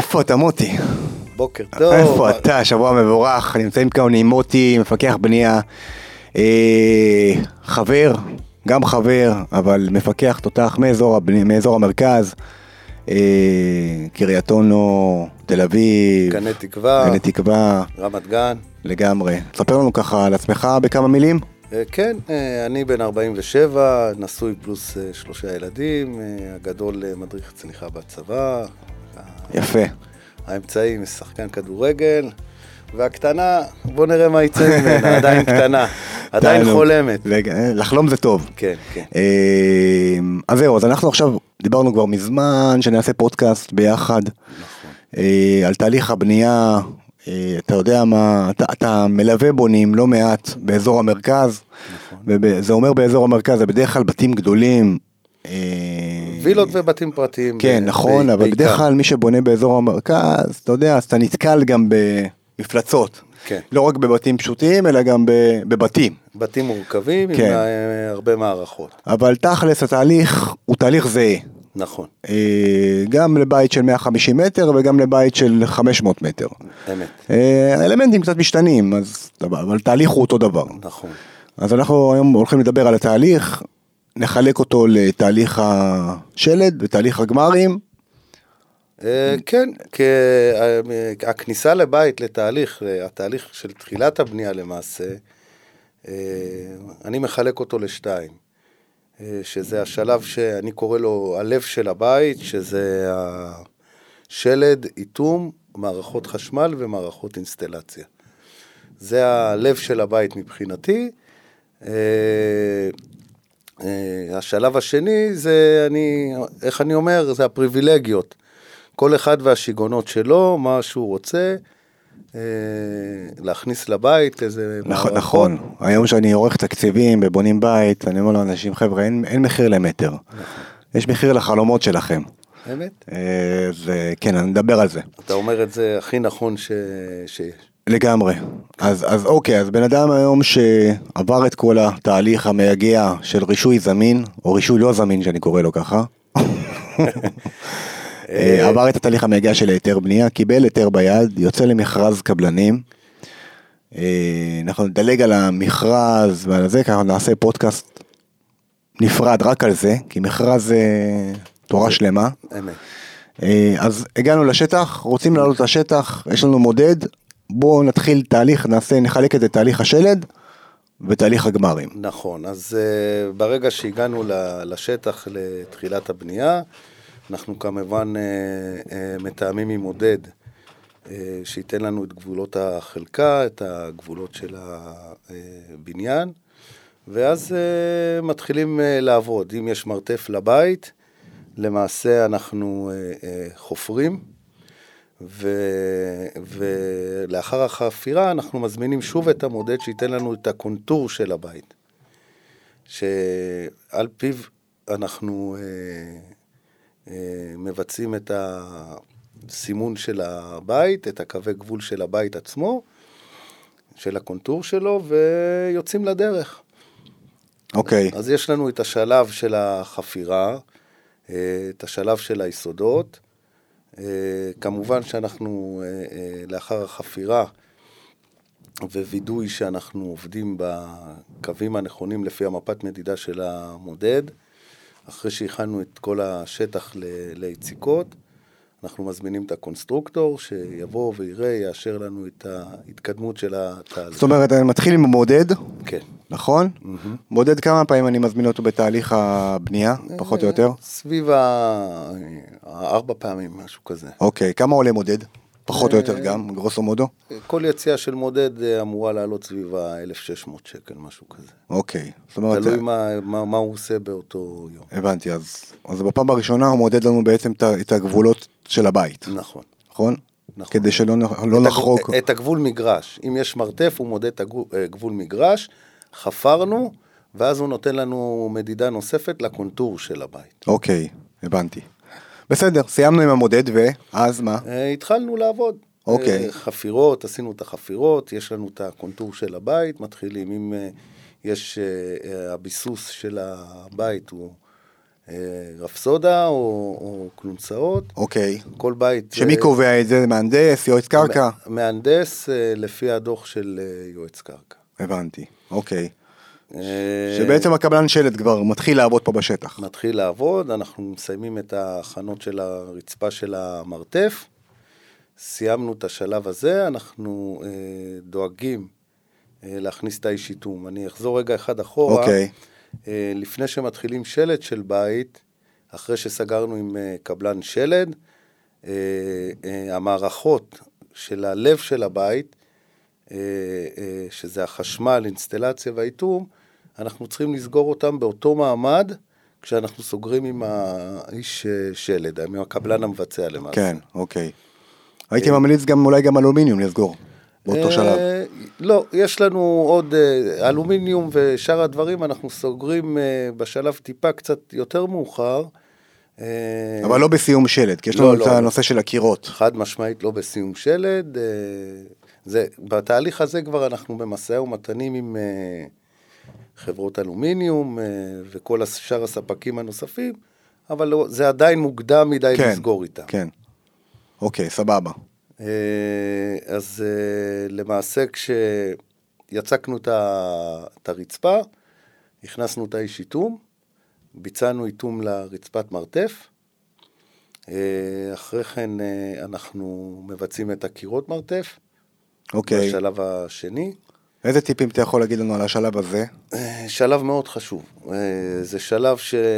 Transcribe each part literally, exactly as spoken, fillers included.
איפה אתה מוטי? בוקר טוב. איפה אתה? שבוע מבורך, נמצאים כאן עם מוטי, מפקח בנייה, אה, חבר, גם חבר, אבל מפקח תותח מאזור, הבני, מאזור המרכז, אה, קריית אונו, תל אביב, גני תקווה, גני תקווה, רמת גן. לגמרי. תספר לנו ככה על עצמך בכמה מילים? כן, אני בן ארבעים ושבע, נשוי פלוס שלושה ילדים, הגדול מדריך צניחה בצבא. יפה. האמצעי משחקן כדורגל, והקטנה, בוא נראה מה יצא ממנה, עדיין קטנה, עדיין חולמת. לחלום זה טוב. כן, כן. אז זהו, אז אנחנו עכשיו דיברנו כבר מזמן שנעשה פודקאסט ביחד, נכון. על תהליך הבנייה. אתה יודע מה, אתה, אתה מלווה בונים לא מעט באזור המרכז, נכון. וזה אומר באזור המרכז, זה בדרך כלל בתים גדולים. וילות ובתים פרטיים. כן, נכון, ב- אבל בעיקר. בדרך כלל מי שבונה באזור המרכז, אתה יודע, אז אתה נתקל גם במפלצות. כן. לא רק בבתים פשוטים, אלא גם בבתים. בתים מורכבים, כן. עם הרבה מערכות. אבל תכלס התהליך הוא תהליך זהה. נכון. גם לבית של מאה וחמישים מטר וגם לבית של חמש מאות מטר. אמת. האלמנטים קצת משתנים, אז, אבל תהליך הוא אותו דבר. נכון. אז אנחנו היום הולכים לדבר על התהליך, נחלק אותו לתהליך השלד ותהליך הגמרים. כן, הכניסה לבית לתהליך, התהליך של תחילת הבנייה למעשה, אני מחלק אותו לשתיים. שזה השלב שאני קורא לו הלב של הבית, שזה השלד, איתום, מערכות חשמל ומערכות אינסטלציה. זה הלב של הבית מבחינתי. השלב השני זה, אני, איך אני אומר, זה הפריבילגיות. כל אחד והשיגונות שלו, מה שהוא רוצה, להכניס לבית איזה מערכות. נכון, היום שאני עורך תקציבים בבונים בית, אני אומר לאנשים, חבר'ה, אין, אין מחיר למטר. יש מחיר לחלומות שלכם. באמת? זה, כן, אני מדבר על זה. אתה אומר את זה הכי נכון ש... שיש. לגמרי. אז, אז אוקיי, אז בן אדם היום שעבר את כל התהליך המייגע של רישוי זמין, או רישוי לא זמין, שאני קורא לו ככה, עבר את התהליך המייגע של היתר בנייה, קיבל היתר ביד, יוצא למכרז קבלנים, אנחנו נדלג על המכרז ועל זה, כי אנחנו נעשה פודקאסט נפרד רק על זה, כי מכרז זה תורה שלמה. אז הגענו לשטח, רוצים לעלות לשטח, יש לנו מודד, בואו נתחיל תהליך, נעשה, נחלק את תהליך השלד ותהליך הגמרים. נכון, אז ברגע שהגענו לשטח לתחילת הבנייה, אנחנו כמובן מתאמים עם מודד, שייתן לנו את גבולות החלקה, את הגבולות של הבניין, ואז מתחילים לעבוד. אם יש מרתף לבית, למעשה אנחנו חופרים, ו- ולאחר החפירה אנחנו מזמינים שוב את המודד שייתן לנו את הקונטור של הבית, שעל פיו אנחנו מבצעים את הסימון של הבית, את הקווי גבול של הבית עצמו, של הקונטור שלו, ויוצאים לדרך. אוקיי. אז יש לנו את השלב של החפירה, את השלב של היסודות, כמובן שאנחנו לאחר החפירה ווידוי שאנחנו עובדים בקווים הנכונים לפי המפת מדידה של המודד, אחרי שהכנו את כל השטח ליציקות, אנחנו מזמינים את הקונסטרוקטור שיבוא ויראה, יאשר לנו את ההתקדמות של התהליך. זאת אומרת, אני מתחיל עם המודד, כן. נכון? Mm-hmm. מודד כמה פעמים אני מזמין אותו בתהליך הבנייה, פחות או יותר? סביב הארבע פעמים, משהו כזה. אוקיי, כמה עולה מודד? פחות או יותר גם, גרוסו מודו? כל יציאה של מודד אמורה לעלות סביב ה-אלף ושש מאות שקל, משהו כזה. אוקיי. תלוי מה, מה, מה הוא עושה באותו יום. הבנתי, אז, אז בפעם הראשונה הוא מודד לנו בעצם את הגבולות של הבית. נכון. נכון? נכון. כדי שלא לא נחרוג. את, את הגבול מגרש. אם יש מרתף, הוא מודד את הגבול מגרש, חפרנו, ואז הוא נותן לנו מדידה נוספת לקונטור של הבית. אוקיי, הבנתי. בסדר, סיימנו עם המודד, ואז מה? התחלנו לעבוד. אוקיי. חפירות, עשינו את החפירות, יש לנו את הקונטור של הבית, מתחילים, אם יש, הביסוס של הבית הוא רפסודה או, או קלונסאות. אוקיי. כל בית... שמי קובע את זה? מהנדס, יועץ קרקע? מהנדס לפי הדוח של יועץ קרקע. הבנתי, אוקיי. שבעצם הקבלן שלד כבר מתחיל לעבוד פה בשטח. מתחיל לעבוד, אנחנו מסיימים את ההכנות של הרצפה של המרתף, סיימנו את השלב הזה, אנחנו דואגים להכניס את האישיתום. אני אחזור רגע אחד אחורה. אוקיי. לפני שמתחילים שלד של בית, אחרי שסגרנו עם קבלן שלד, המערכות של הלב של הבית, שזה החשמל, אינסטלציה והאיתום, אנחנו צריכים לסגור אותם באותו מעמד, כשאנחנו סוגרים עם האיש שלד, עם הקבלן המבצע למעשה. כן, אוקיי. הייתי ממליץ גם, אולי גם אלומיניום לסגור, באותו שלב. לא, יש לנו עוד אלומיניום ושאר הדברים, אנחנו סוגרים בשלב טיפה קצת יותר מאוחר. אבל לא בסיום שלד, כי יש לנו את הנושא של הקירות. חד משמעית לא בסיום שלד. זה, בתהליך הזה כבר אנחנו במשא ומתנים עם חברות אלומיניום וכל שאר הספקים הנוספים, אבל זה עדיין מוקדם מדי כן, לסגור איתם. כן, אוקיי, סבבה. אז למעשה כשיצקנו את הרצפה, הכנסנו את האישיתום, ביצענו איתום לרצפת מרתף, אחרי כן אנחנו מבצעים את הקירות מרתף, אוקיי. בשלב השני. איזה טיפים אתה יכול להגיד לנו על השלב הזה? שלב מאוד חשוב. זה שלב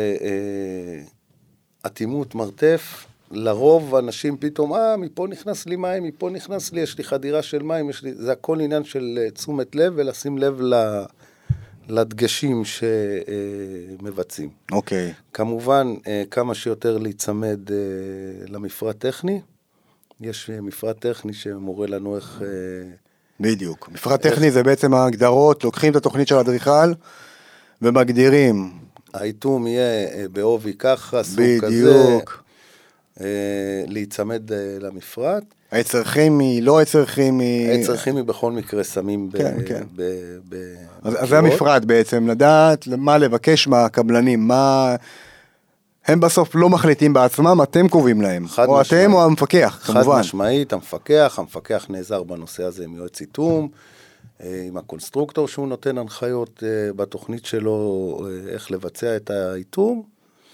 שאטימות מרתף, לרוב אנשים פתאום, אה, מפה נכנס לי מים, מפה נכנס לי, יש לי חדירה של מים, יש לי, זה הכל עניין של תשומת לב, ולשים לב לדגשים שמבצעים. אוקיי. כמובן, כמה שיותר להיצמד למפרט טכני, יש מפרט טכני שמורה לנו איך... בדיוק. מפרט טכני זה בעצם ההגדרות, לוקחים את התוכנית של האדריכל, ומגדירים. האיתום יהיה בעובי ככה, סוג כזה. בדיוק. להיצמד למפרט. עצר כימי, לא עצר כימי. עצר כימי בכל מקרה שמים ב... כן, כן. ב... ב... אז זה המפרט בעצם, לדעת מה לבקש מהקבלנים, מה... הם בסוף לא מחליטים בעצמם, אתם קובעים להם. או משמעית. אתם או המפקח, כמובן. חד משמעית, המפקח, המפקח נעזר בנושא הזה עם יועץ איתום, עם הקונסטרוקטור שהוא נותן הנחיות בתוכנית שלו, איך לבצע את האיתום,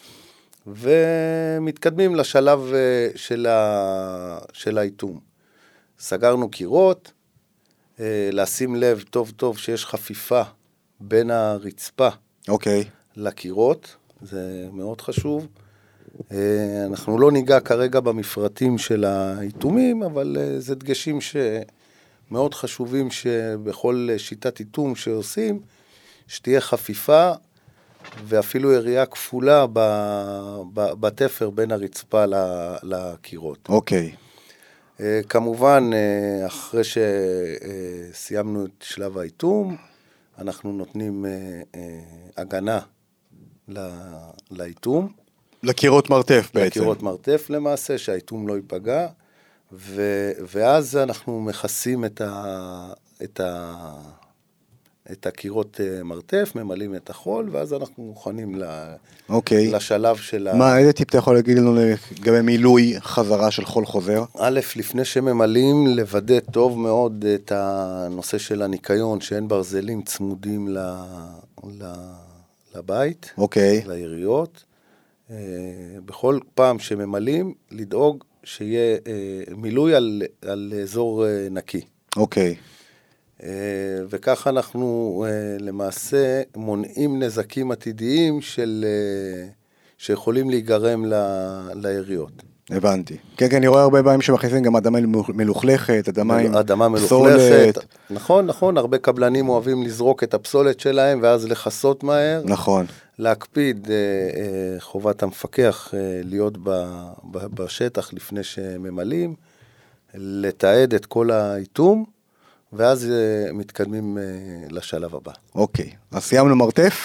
ומתקדמים לשלב של, ה... של האיתום. סגרנו קירות, לשים לב טוב טוב שיש חפיפה בין הרצפה אוקיי. לקירות, זה מאוד חשוב. אנחנו לא ניגע כרגע במפרטים של האיתומים, אבל זה דגשים שמאוד חשובים שבכל שיטת איתום שעושים, שתהיה חפיפה ואפילו יריעה כפולה בתפר בין הרצפה לקירות. אוקיי. כמובן, אחרי שסיימנו את שלב האיתום, אנחנו נותנים הגנה לאיתום. לקירות מרתף בעצם. לקירות מרתף למעשה, שהאיתום לא ייפגע, ו, ואז אנחנו מכסים את, ה, את, ה, את הקירות מרתף, ממלאים את החול, ואז אנחנו מוכנים ל, אוקיי. לשלב של... מה, ה... איזה טיפ אתה יכול להגיד לנו לגבי מילוי חזרה של חול חוזר? א', לפני שממלאים, לוודא טוב מאוד את הנושא של הניקיון, שאין ברזלים צמודים ל... ל לבית, אוקיי. לעיריות. בכל פעם שממלאים, לדאוג שיהיה מילוי על, על אזור נקי. אוקיי. וככה אנחנו למעשה מונעים נזקים עתידיים של, שיכולים להיגרם לעיריות. הבנתי. כן, כן, אני רואה הרבה פעמים שמכניסים גם אדמה מלוכלכת, אדמה עם אדמה מלוכלכת. נכון, נכון, הרבה קבלנים אוהבים לזרוק את הפסולת שלהם, ואז לחסות מהר. נכון. להקפיד, חובת המפקח להיות בשטח לפני שממלאים, לתעד את כל האיתום, ואז מתקדמים לשלב הבא. אוקיי, אז סיימנו מרתף?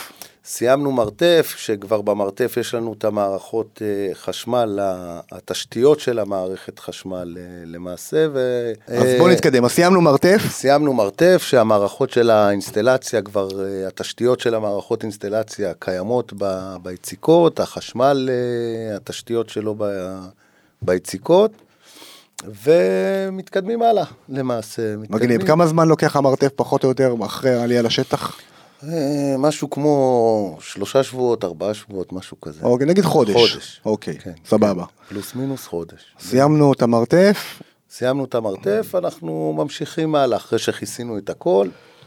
סיימנו מרתף, שכבר במרתף יש לנו את המערכות חשמל, התשתיות של המערכת חשמל למעשה. ו... אז בוא נתקדם, אז סיימנו מרתף? סיימנו מרתף, שהמערכות של האינסטלציה, כבר התשתיות של המערכות אינסטלציה קיימות ב... ביציקות, החשמל, התשתיות שלו ב... ביציקות, ומתקדמים הלאה למעשה. מגניב, כמה זמן לוקח המרתף פחות או יותר אחרי העלייה לשטח? משהו כמו שלושה שבועות, ארבעה שבועות, משהו כזה. אוקיי, נגיד חודש. חודש. אוקיי, סבבה. פלוס מינוס חודש. סיימנו את המרתף. סיימנו את המרתף, אנחנו ממשיכים הלאה, אחרי שכיסינו את הכל.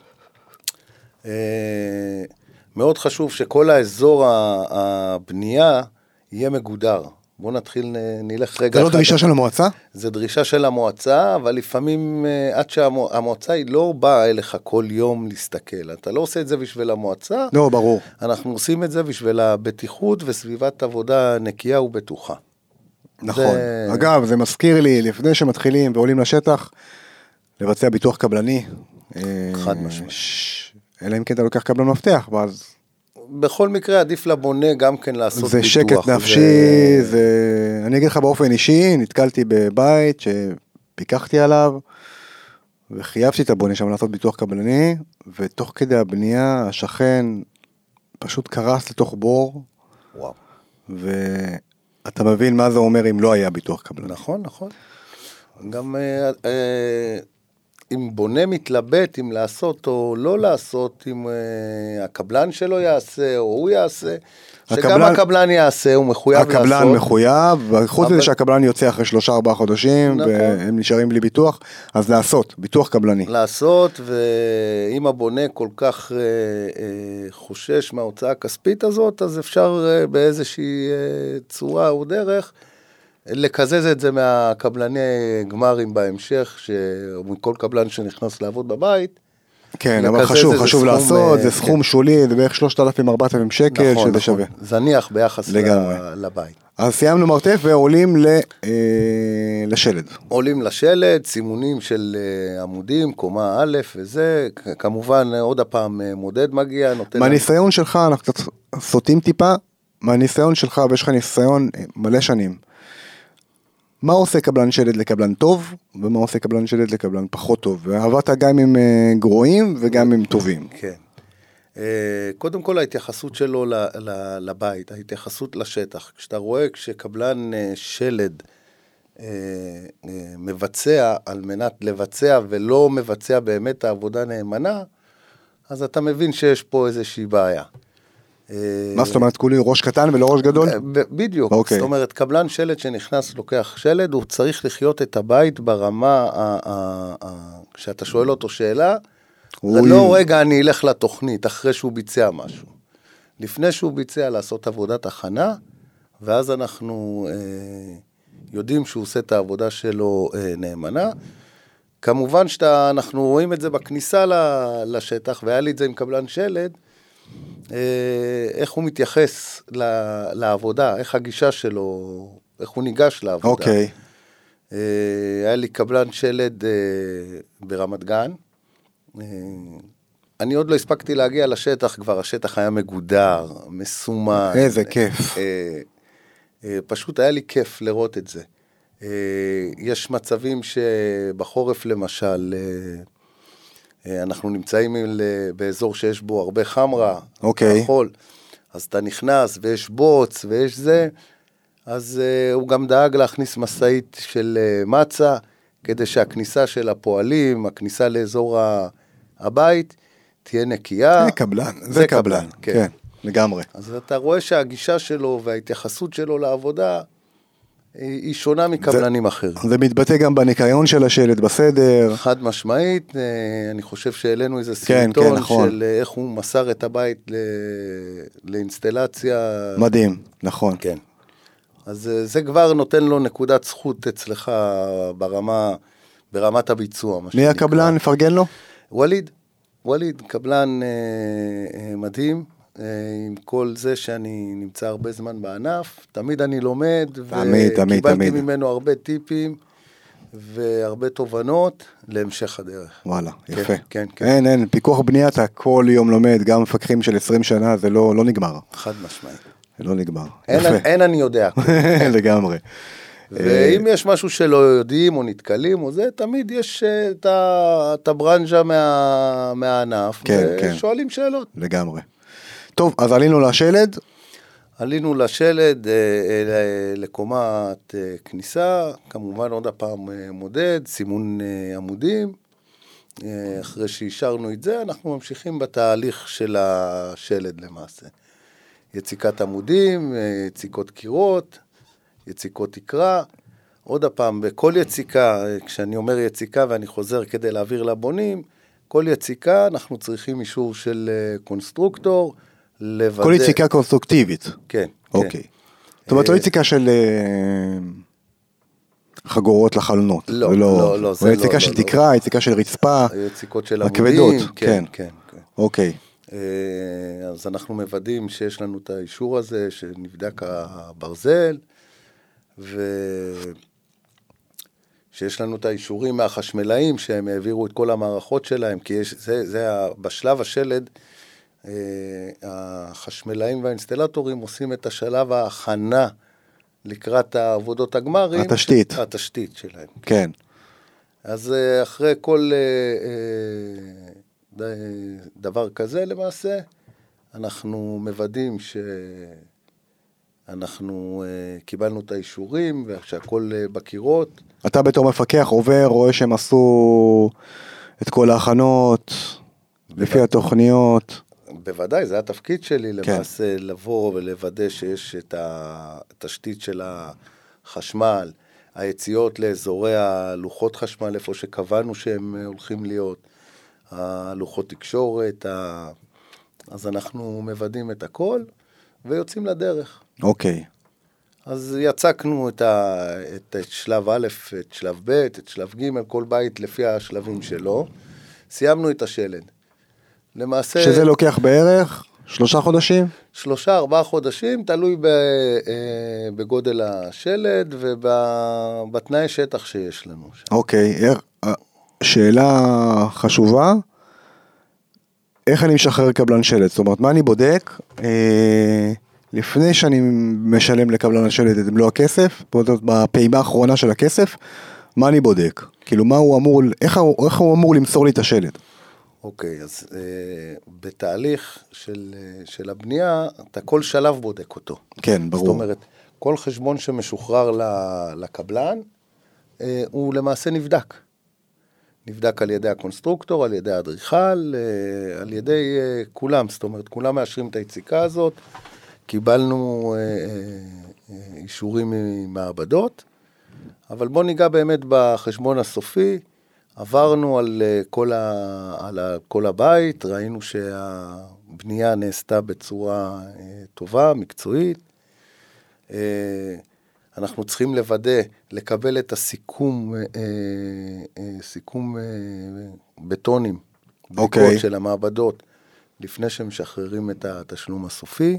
מאוד חשוב שכל האזור הבנייה יהיה מגודר. בואו נתחיל, נלך רגע. זה לא דרישה של המועצה? זה דרישה של המועצה, אבל לפעמים עד שהמועצה היא לא באה אליך כל יום להסתכל. אתה לא עושה את זה בשביל המועצה. לא, ברור. אנחנו עושים את זה בשביל הבטיחות וסביבת עבודה נקייה ובטוחה. נכון. זה... אגב, זה מזכיר לי, לפני שמתחילים ועולים לשטח, לבצע ביטוח קבלני. חד משמעית. אלא אם כן אתה לוקח קבלן מפתח, ואז... בכל מקרה עדיף לבונה גם כן לעשות ביטוח. זה שקט נפשי, זה... אני אגיד לך באופן אישי, נתקלתי בבית שפיקחתי עליו, וחייבתי את הבונה שם לעשות ביטוח קבלני, ותוך כדי הבנייה השכן פשוט קרס לתוך בור, וואו. ואתה מבין מה זה אומר אם לא היה ביטוח קבלני. נכון, נכון. גם... אה, אה... אם בונה מתלבט, אם לעשות או לא לעשות, אם uh, הקבלן שלו יעשה או הוא יעשה, שגם הקבלן, הקבלן יעשה, הוא מחויב הקבלן לעשות. הקבלן מחויב, וחוץ מזה אבל... שהקבלן יוצא אחרי שלושה ארבעה חודשים, נכון. והם נשארים בלי ביטוח, אז לעשות, ביטוח קבלני. לעשות, ואם הבונה כל כך uh, uh, חושש מההוצאה הכספית הזאת, אז אפשר uh, באיזושהי uh, צורה או דרך, לקזז את זה מהקבלני גמרים בהמשך, שמכל קבלן שנכנס לעבוד בבית. כן, אבל חשוב, חשוב לעשות, זה סכום שולי, זה בערך שלושת אלפים ארבעת אלפים שקל, שזה שווה. זניח ביחס לבית. אז סיימנו מרתף ועולים לשלד. עולים לשלד, סימונים של עמודים, קומה א' וזה, כמובן עוד הפעם מודד מגיע. מהניסיון שלך, אנחנו קצת סוטים טיפה, מהניסיון שלך, ויש לך ניסיון מלא שנים. מה עושה קבלן שלד לקבלן טוב, ומה עושה קבלן שלד לקבלן פחות טוב? ועבדת גם עם גרועים וגם עם טובים. כן. קודם כל ההתייחסות שלו לבית, ההתייחסות לשטח. כשאתה רואה כשקבלן שלד מבצע על מנת לבצע ולא מבצע באמת העבודה נאמנה, אז אתה מבין שיש פה איזושהי בעיה. מה זאת אומרת, כולי ראש קטן ולא ראש גדול? בדיוק, זאת אומרת, קבלן שלד שנכנס, לוקח שלד, הוא צריך לחיות את הבית ברמה, כשאתה שואל אותו שאלה, זה לא רגע אני אלך לתוכנית, אחרי שהוא ביצע משהו. לפני שהוא ביצע לעשות עבודת הכנה, ואז אנחנו יודעים שהוא עושה את העבודה שלו נאמנה. כמובן שאנחנו רואים את זה בכניסה לשטח, והיה לי את זה עם קבלן שלד, איך הוא מתייחס לעבודה, איך הגישה שלו, איך הוא ניגש לעבודה. אוקיי. היה לי קבלן שלד ברמת גן, אני עוד לא הספקתי להגיע לשטח, כבר השטח היה מגודר, מסומן. איזה כיף. פשוט היה לי כיף לראות את זה. יש מצבים שבחורף למשל, אנחנו נמצאים באזור שיש בו הרבה חמרה, אוקיי. החול, אז אתה נכנס ויש בוץ ויש זה, אז הוא גם דאג להכניס מסעית של מצה, כדי שהכניסה של הפועלים, הכניסה לאזור הבית, תהיה נקייה. זה קבלן, זה, זה קבלן, קבלן כן. כן, לגמרי. אז אתה רואה שהגישה שלו וההתייחסות שלו לעבודה, היא שונה מקבלנים זה, אחרים. זה מתבטא גם בניקיון של השלט בסדר. חד משמעית, אני חושב שאלינו איזה סרטון כן, כן, נכון. של איך הוא מסר את הבית ל... לאינסטלציה. מדהים, נכון. כן. אז זה כבר נותן לו נקודת זכות אצלך ברמה, ברמת הביצוע. מי הקבלן? נפרגן לו? וליד, וליד, קבלן אה, אה, מדהים. עם כל זה שאני נמצא הרבה זמן בענף, תמיד אני לומד, תמיד, תמיד, וקיבלתי תמיד. ממנו הרבה טיפים, והרבה תובנות להמשך הדרך. וואלה, כן, יפה. כן, כן. אין, אין, פיקוח בנייה אתה כל יום לומד, גם מפקחים של עשרים שנה, זה לא, לא נגמר. חד משמעי. זה לא נגמר. אין, יפה. אין אני יודע. לגמרי. ואם יש משהו שלא יודעים או נתקלים או זה, תמיד יש את, ה, את הברנז'ה מה, מהענף, כן, ושואלים כן. שאלות. לגמרי. טוב, אז עלינו לשלד. עלינו לשלד, לקומת כניסה, כמובן עוד הפעם מודד, סימון עמודים. אחרי שאישרנו את זה, אנחנו ממשיכים בתהליך של השלד למעשה. יציקת עמודים, יציקות קירות, יציקות תקרה. עוד הפעם, בכל יציקה, כשאני אומר יציקה ואני חוזר כדי להעביר לבונים, כל יציקה אנחנו צריכים אישור של קונסטרוקטור, לוודא... כל יציקה קונסטרוקטיבית. כן. אוקיי. זאת אומרת, לא יציקה של חגורות לחלונות. לא, לא, לא. או יציקה של תקרה, יציקה של רצפה. יציקות של עמודים. כן, כן. אוקיי. אז אנחנו מוודאים שיש לנו את האישור הזה, שנבדק הברזל, ושיש לנו את האישורים מהחשמלאים, שהם העבירו את כל המערכות שלהם, כי יש, זה, זה בשלב השלד, החשמלאים והאינסטלטורים עושים את השלב ההכנה לקראת העבודות הגמרים. התשתית. התשתית שלהם. כן. אז אחרי כל דבר כזה למעשה, אנחנו מוודאים שאנחנו קיבלנו את האישורים ושהכל בקירות. אתה בתור מפקח עובר, רואה שהם עשו את כל ההכנות לפי התוכניות. בוודאי, זה התפקיד שלי למעשה, לבוא ולוודא שיש את התשתית של החשמל, היציאות לאזורי הלוחות חשמל, איפה שקבענו שהם הולכים להיות, הלוחות תקשורת, אז אנחנו מוודאים את הכל, ויוצאים לדרך. אוקיי. אז יצקנו את, ה, את שלב א', את שלב ב', את שלב ג', כל בית לפי השלבים שלו, סיימנו את השלד. למעשה... שזה לוקח בערך שלושה חודשים? שלושה, ארבעה חודשים, תלוי בגודל השלד ובתנאי שטח שיש לנו. אוקיי, שאלה חשובה, איך אני משחרר קבלן שלד? זאת אומרת, מה אני בודק לפני שאני משלם לקבלן השלד את מלוא הכסף, בפעימה האחרונה של הכסף, מה אני בודק? כאילו, מה הוא אמור, איך הוא אמור למסור לי את השלד? אוקיי, אז אה, בתהליך של, של הבנייה, אתה כל שלב בודק אותו. כן, ברור. זאת אומרת, כל חשבון שמשוחרר לקבלן, אה, הוא למעשה נבדק. נבדק על ידי הקונסטרוקטור, על ידי האדריכל, אה, על ידי אה, כולם. זאת אומרת, כולם מאשרים את היציקה הזאת. קיבלנו אה, אה, אישורים ממעבדות, אבל בוא ניגע באמת בחשבון הסופי. עברנו על כל, ה, על ה, כל הבית, ראינו שהבנייה נעשתה בצורה טובה, מקצועית. אנחנו צריכים לוודא, לקבל את הסיכום, סיכום בטונים, בדיקות okay. של המעבדות, לפני שמשחררים את התשלום הסופי.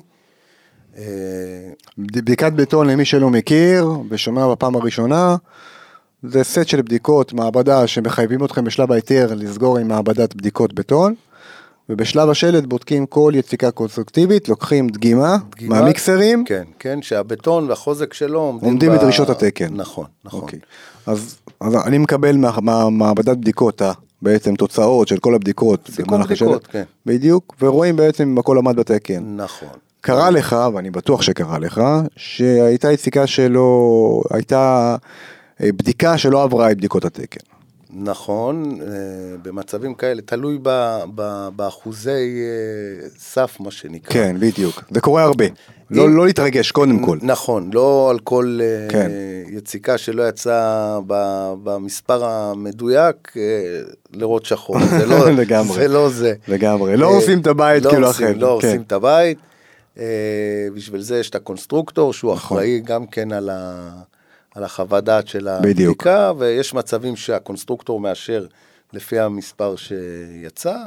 בדיקת בטון למי שלא מכיר, ושומע בפעם הראשונה, זה סט של בדיקות, מעבדה שמחייבים אתכם בשלב ההיתר לסגור עם מעבדת בדיקות בטון, ובשלב השלד בודקים כל יציקה קונסטרוקטיבית, לוקחים דגימה, דגימה מהמיקסרים. כן, כן, שהבטון והחוזק שלו עומדים, עומדים ב... בדרישות התקן. נכון, נכון. אוקיי. אז, אז אני מקבל מהמעבדת מה, בדיקות, בעצם תוצאות של כל הבדיקות. סיכום בדיקות, השלד, כן. בדיוק, ורואים בעצם מה כל עמד בתקן. נכון. קרה לך, ואני בטוח שקרה לך, שהייתה יציקה שלו, הייתה... בדיקה שלא עברה את בדיקות התקן. נכון, במצבים כאלה, תלוי באחוזי סף, מה שנקרא. כן, בדיוק. זה קורה הרבה. לא, לא להתרגש, קודם כל. נכון, לא על כל כן. יציקה שלא יצא במספר המדויק, לראות שחור. זה לא לגמרי. זה. לא זה. לגמרי. לא עושים את הבית לא כאילו עושים, אחר. לא כן. עושים את הבית. בשביל זה יש את הקונסטרוקטור, שהוא נכון. אחראי גם כן על ה... על החוות דעת של הבדיקה, ויש מצבים שהקונסטרוקטור מאשר לפי המספר שיצא.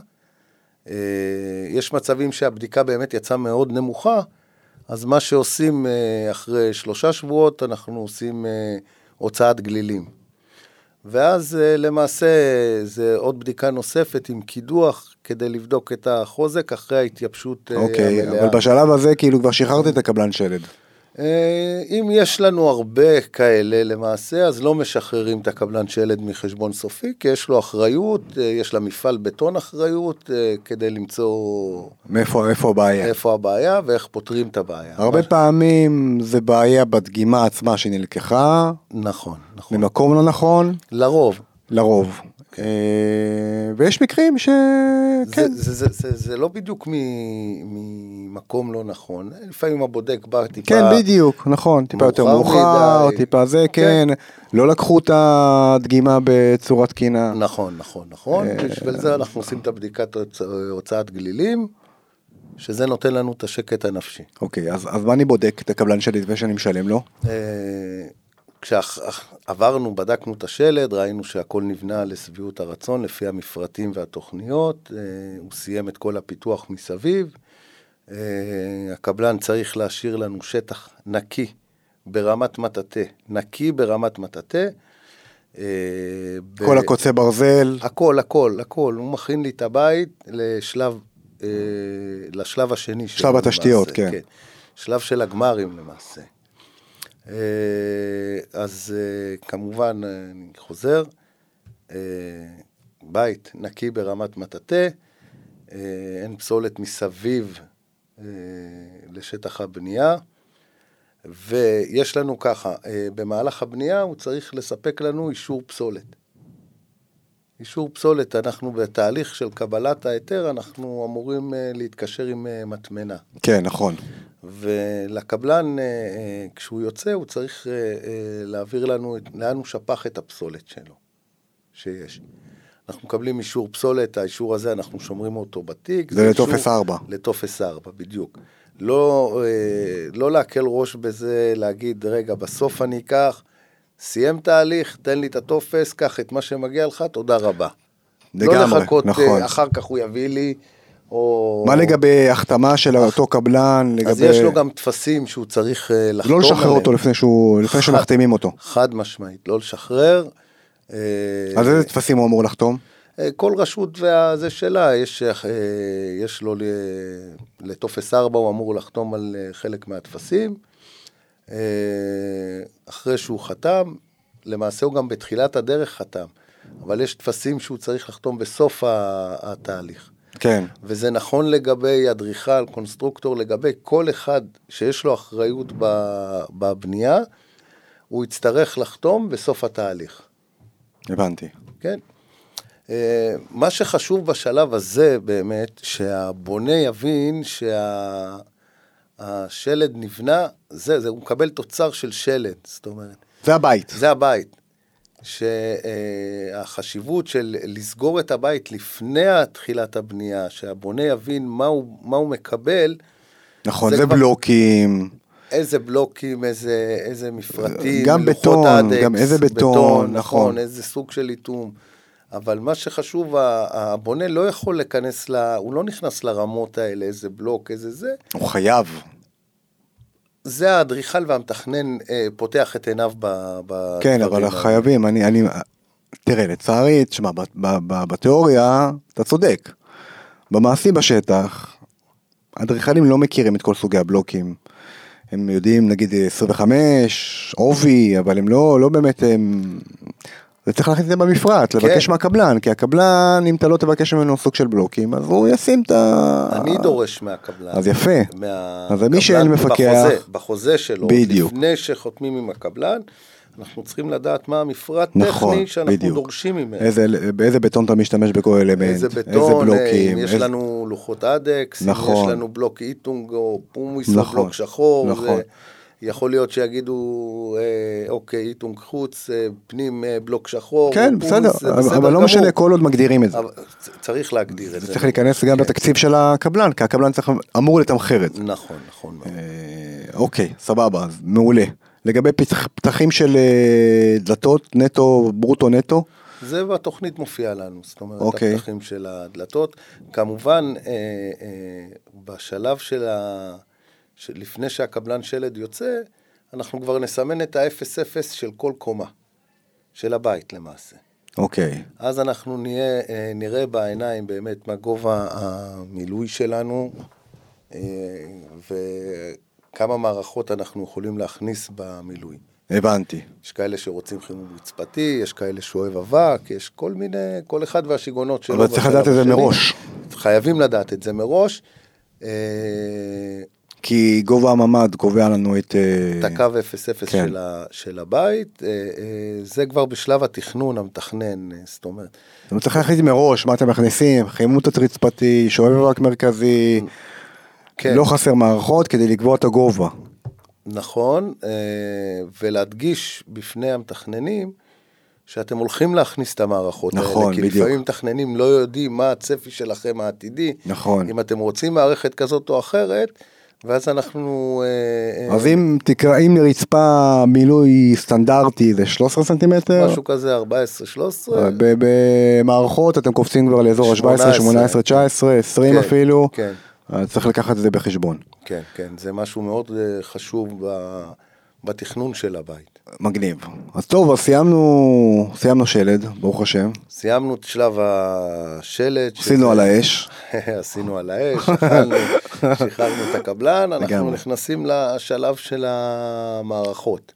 יש מצבים שהבדיקה באמת יצאה מאוד נמוכה, אז מה שעושים אחרי שלושה שבועות, אנחנו עושים הוצאת גלילים. ואז למעשה זה עוד בדיקה נוספת עם קידוח, כדי לבדוק את החוזק אחרי ההתייבשות אוקיי, המלאה. אבל בשלב הזה כאילו כבר שחררתי את הקבלן שלד. אם יש לנו הרבה כאלה למעשה, אז לא משחררים את הקבלן שלד מחשבון סופי, כי יש לו אחריות, יש למפעל בטון אחריות, כדי למצוא... מאיפה, איפה הבעיה? איפה הבעיה ואיך פותרים את הבעיה. הרבה פעמים זה בעיה בדגימה עצמה שנלקחה. נכון, נכון. ממקום לא נכון. לרוב. לרוב. ויש מקרים ש... זה, זה, זה, זה, זה לא בדיוק ממקום לא נכון. לפעמים הבודק בא טיפה... כן, בדיוק, נכון. טיפה יותר מאוחר, טיפה זה, כן. לא לקחו את הדגימה בצורה תקינה. נכון, נכון, נכון. בשביל זה אנחנו עושים את הבדיקת הוצאת גלילים, שזה נותן לנו את השקט הנפשי. אוקיי, אז, אז מה אני בודק את הקבלן שלי ושאני משלם לו? כשעברנו, בדקנו את השלד, ראינו שהכל נבנה לשביעות הרצון, לפי המפרטים והתוכניות, הוא סיים את כל הפיתוח מסביב, הקבלן צריך להשאיר לנו שטח נקי, ברמת מטאטה, נקי ברמת מטאטה. כל הקוצה ברזל. הכל, הכל, הכל, הוא מכין לי את הבית לשלב, לשלב השני. שלב התשתיות, כן. שלב של הגמרים למעשה. אז כמובן אני חוזר, בית נקי ברמת מטאטה, אין פסולת מסביב לשטח הבנייה, ויש לנו ככה, במהלך הבנייה הוא צריך לספק לנו אישור פסולת. אישור פסולת, אנחנו בתהליך של קבלת ההיתר, אנחנו אמורים להתקשר עם מטמנה. כן, נכון. ולקבלן, כשהוא יוצא, הוא צריך להעביר לנו, לאן הוא שפך את הפסולת שלו, שיש. אנחנו מקבלים אישור פסולת, האישור הזה אנחנו שומרים אותו בתיק. זה לטופס ארבע. לטופס ארבע, בדיוק. לא, לא להקל ראש בזה, להגיד, רגע, בסוף אני אקח, סיים תהליך, תן לי את הטופס, קח את מה שמגיע לך, תודה רבה. לגמרי, לא לחכות, נכון. אחר כך הוא יביא לי, או... מה לגבי החתמה של אותו קבלן? לגבי... אז יש לו גם תפסים שהוא צריך לחתום לא לשחרר עליהם. אותו לפני, שהוא, לפני שמחתימים אותו. חד משמעית, לא לשחרר. אז איזה תפסים הוא אמור לחתום? כל רשות וזה שלה, יש, יש לו לטופס ארבע, הוא אמור לחתום על חלק מהתפסים. אחרי שהוא חתם, למעשה הוא גם בתחילת הדרך חתם, אבל יש תפסים שהוא צריך לחתום בסוף התהליך. כן. וזה נכון לגבי אדריכל, קונסטרוקטור, לגבי כל אחד שיש לו אחריות בבנייה, הוא יצטרך לחתום בסוף התהליך. הבנתי. כן. מה שחשוב בשלב הזה באמת, שהבונה יבין שהשלד נבנה, זה, זה, הוא מקבל תוצר של שלד, זאת אומרת. זה הבית. זה הבית. שהחשיבות של לסגור את הבית לפני תחילת הבנייה, שהבונה יבין מה הוא, מה הוא מקבל. נכון, זה, זה כבר... בלוקים. איזה בלוקים, איזה, איזה מפרטים, גם בטון, אדקס, גם איזה בטון, בטון נכון. נכון, איזה סוג של איתום. אבל מה שחשוב, הבונה לא יכול להיכנס, לה, הוא לא נכנס לרמות האלה, איזה בלוק, איזה זה. הוא חייב. זה האדריכל והמתכנן אה, פותח את עיניו ב... כן, אבל החייבים, אני, אני, תראה, לצערי, תשמע, בתיאוריה, אתה צודק. במעשי בשטח, האדריכלים לא מכירים את כל סוגי הבלוקים. הם יודעים, נגיד, עשרים וחמש, עובי, אבל הם לא, לא באמת, הם... זה צריך להכניס את זה במפרט, לבקש כן. מהקבלן, כי הקבלן, אם אתה לא תבקש ממנו סוג של בלוקים, אז הוא ישים את ה... אני דורש מהקבלן. אז יפה. מה... אז מי שאין מפקח... בחוזה, בחוזה שלו, בדיוק. לפני שחותמים עם הקבלן, אנחנו צריכים לדעת מה המפרט נכון, טכני שאנחנו בדיוק. דורשים ממנו. איזה, באיזה בטון אתה משתמש בכל אלמנט, איזה בטון, איזה בלוקים. אם יש איזה... לנו לוחות אדקס, נכון. אם יש לנו בלוק איטונג או פומיס נכון. או בלוק שחור, נכון. זה... יכול להיות שיגידו, אוקיי, איתום חוץ, פנים בלוק שחור. כן, בסדר, אבל לא משנה, כל עוד מגדירים את זה. צריך להגדיר את זה. זה צריך להיכנס גם לתקציב של הקבלן, כי הקבלן צריך, אמור לתמחר את זה. נכון, נכון. אוקיי, סבבה, מעולה. לגבי פתחים של דלתות, נטו, ברוטו נטו? זה בתוכנית מופיע לנו, זאת אומרת, הפתחים של הדלתות. כמובן, בשלב של ה... לפני שהקבלן שלד יוצא, אנחנו כבר נסמן את ה-אפס אפס של כל קומה. של הבית למעשה. אוקיי. אז אנחנו נהיה, נראה בעיניים באמת מה גובה המילוי שלנו, וכמה מערכות אנחנו יכולים להכניס במילוי. הבנתי. יש כאלה שרוצים חימום רצפתי, יש כאלה שאוהב אבק, יש כל מיני, כל אחד והשיגונות שלו. אבל צריך לדעת את זה מראש. חייבים לדעת את זה מראש. כי גובה הממד קובע לנו את... את הקו אפס אפס כן. של, ה, של הבית, זה כבר בשלב התכנון המתכנן, זאת אומרת. אתם צריך להחליט מראש מה אתם מכניסים, חימום תת-רצפתי, שואב אבק מרכזי, כן. לא חסר מערכות כדי לקבוע את הגובה. נכון, ולהדגיש בפני המתכננים, שאתם הולכים להכניס את המערכות נכון, האלה, כי בדיוק. לפעמים מתכננים לא יודעים מה הצפי שלכם העתידי, נכון. אם אתם רוצים מערכת כזאת או אחרת, ואז אנחנו... אז אם תקראים לרצפה מילוי סטנדרטי, זה שלושה עשר סנטימטר? משהו כזה, ארבע עשרה שלוש עשרה. במערכות אתם קופצים כבר לאזור ה-שבע עשרה, שמונה עשרה, תשע עשרה, עשרים כן, אפילו. כן. אז צריך לקחת את זה בחשבון. כן, כן, זה משהו מאוד חשוב בתכנון של הבית. מגניב. אז טוב, אז סיימנו, סיימנו שלד, ברוך השם. סיימנו את שלב השלד. עשינו שזה... על האש. עשינו על האש, שחררנו, שחררנו את הקבלן, אנחנו לגמרי. נכנסים לשלב של המערכות.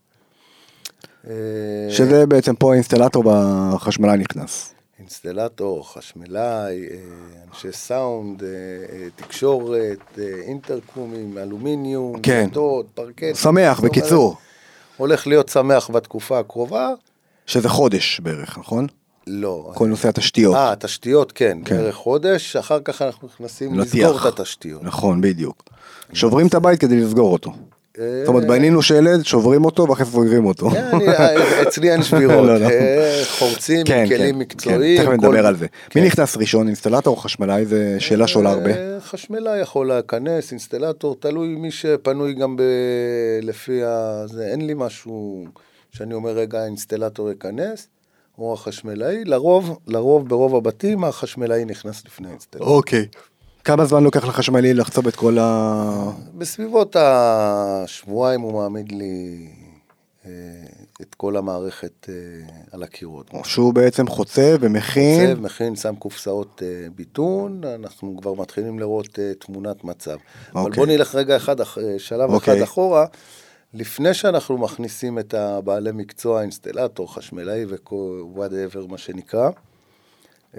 שזה בעצם פה האינסטלטור בחשמלאי נכנס. אינסטלטור, חשמלאי, אנשי סאונד, תקשורת, אינטרקומים, אלומיניום, כן. דלתות, פרקט. שמח, בקיצור. הולך להיות שמח בתקופה הקרובה. שזה חודש בערך, נכון? לא. כל נושא התשתיות. אה, התשתיות, כן, כן. בערך חודש, אחר כך אנחנו נכנסים לסגור את התשתיות. נכון, בדיוק. שוברים את הבית כדי לסגור אותו. זאת אומרת, בנינו שלד, שוברים אותו, ואחרי סוגרים אותו. אצלי אין שבירות, חורצים, כלים מקצועיים. תכף נדבר על זה. מי נכנס ראשון, אינסטלטור או חשמלאי? זו שאלה שעולה הרבה. חשמלאי יכול להיכנס, אינסטלטור, תלוי מי שפנוי גם לפי זה. אין לי משהו שאני אומר, רגע, אינסטלטור ייכנס, או החשמלאי. לרוב, לרוב, ברוב הבתים, החשמלאי נכנס לפני האינסטלטור. אוקיי. כמה זמן לוקח לחשמלי לחצוב את כל ה... בסביבות השבועיים הוא מעמיד לי אה, את כל המערכת אה, על הקירות. שהוא בעצם חוצב ומכין. חוצב, מכין, שם קופסאות אה, ביטון, אנחנו כבר מתחילים לראות אה, תמונת מצב. אוקיי. אבל בוא נלך רגע אחד, שלב אוקיי. אחד אחורה, לפני שאנחנו מכניסים את הבעלי מקצוע, אינסטלטור, חשמלאי ו-whatever מה שנקרא, אה,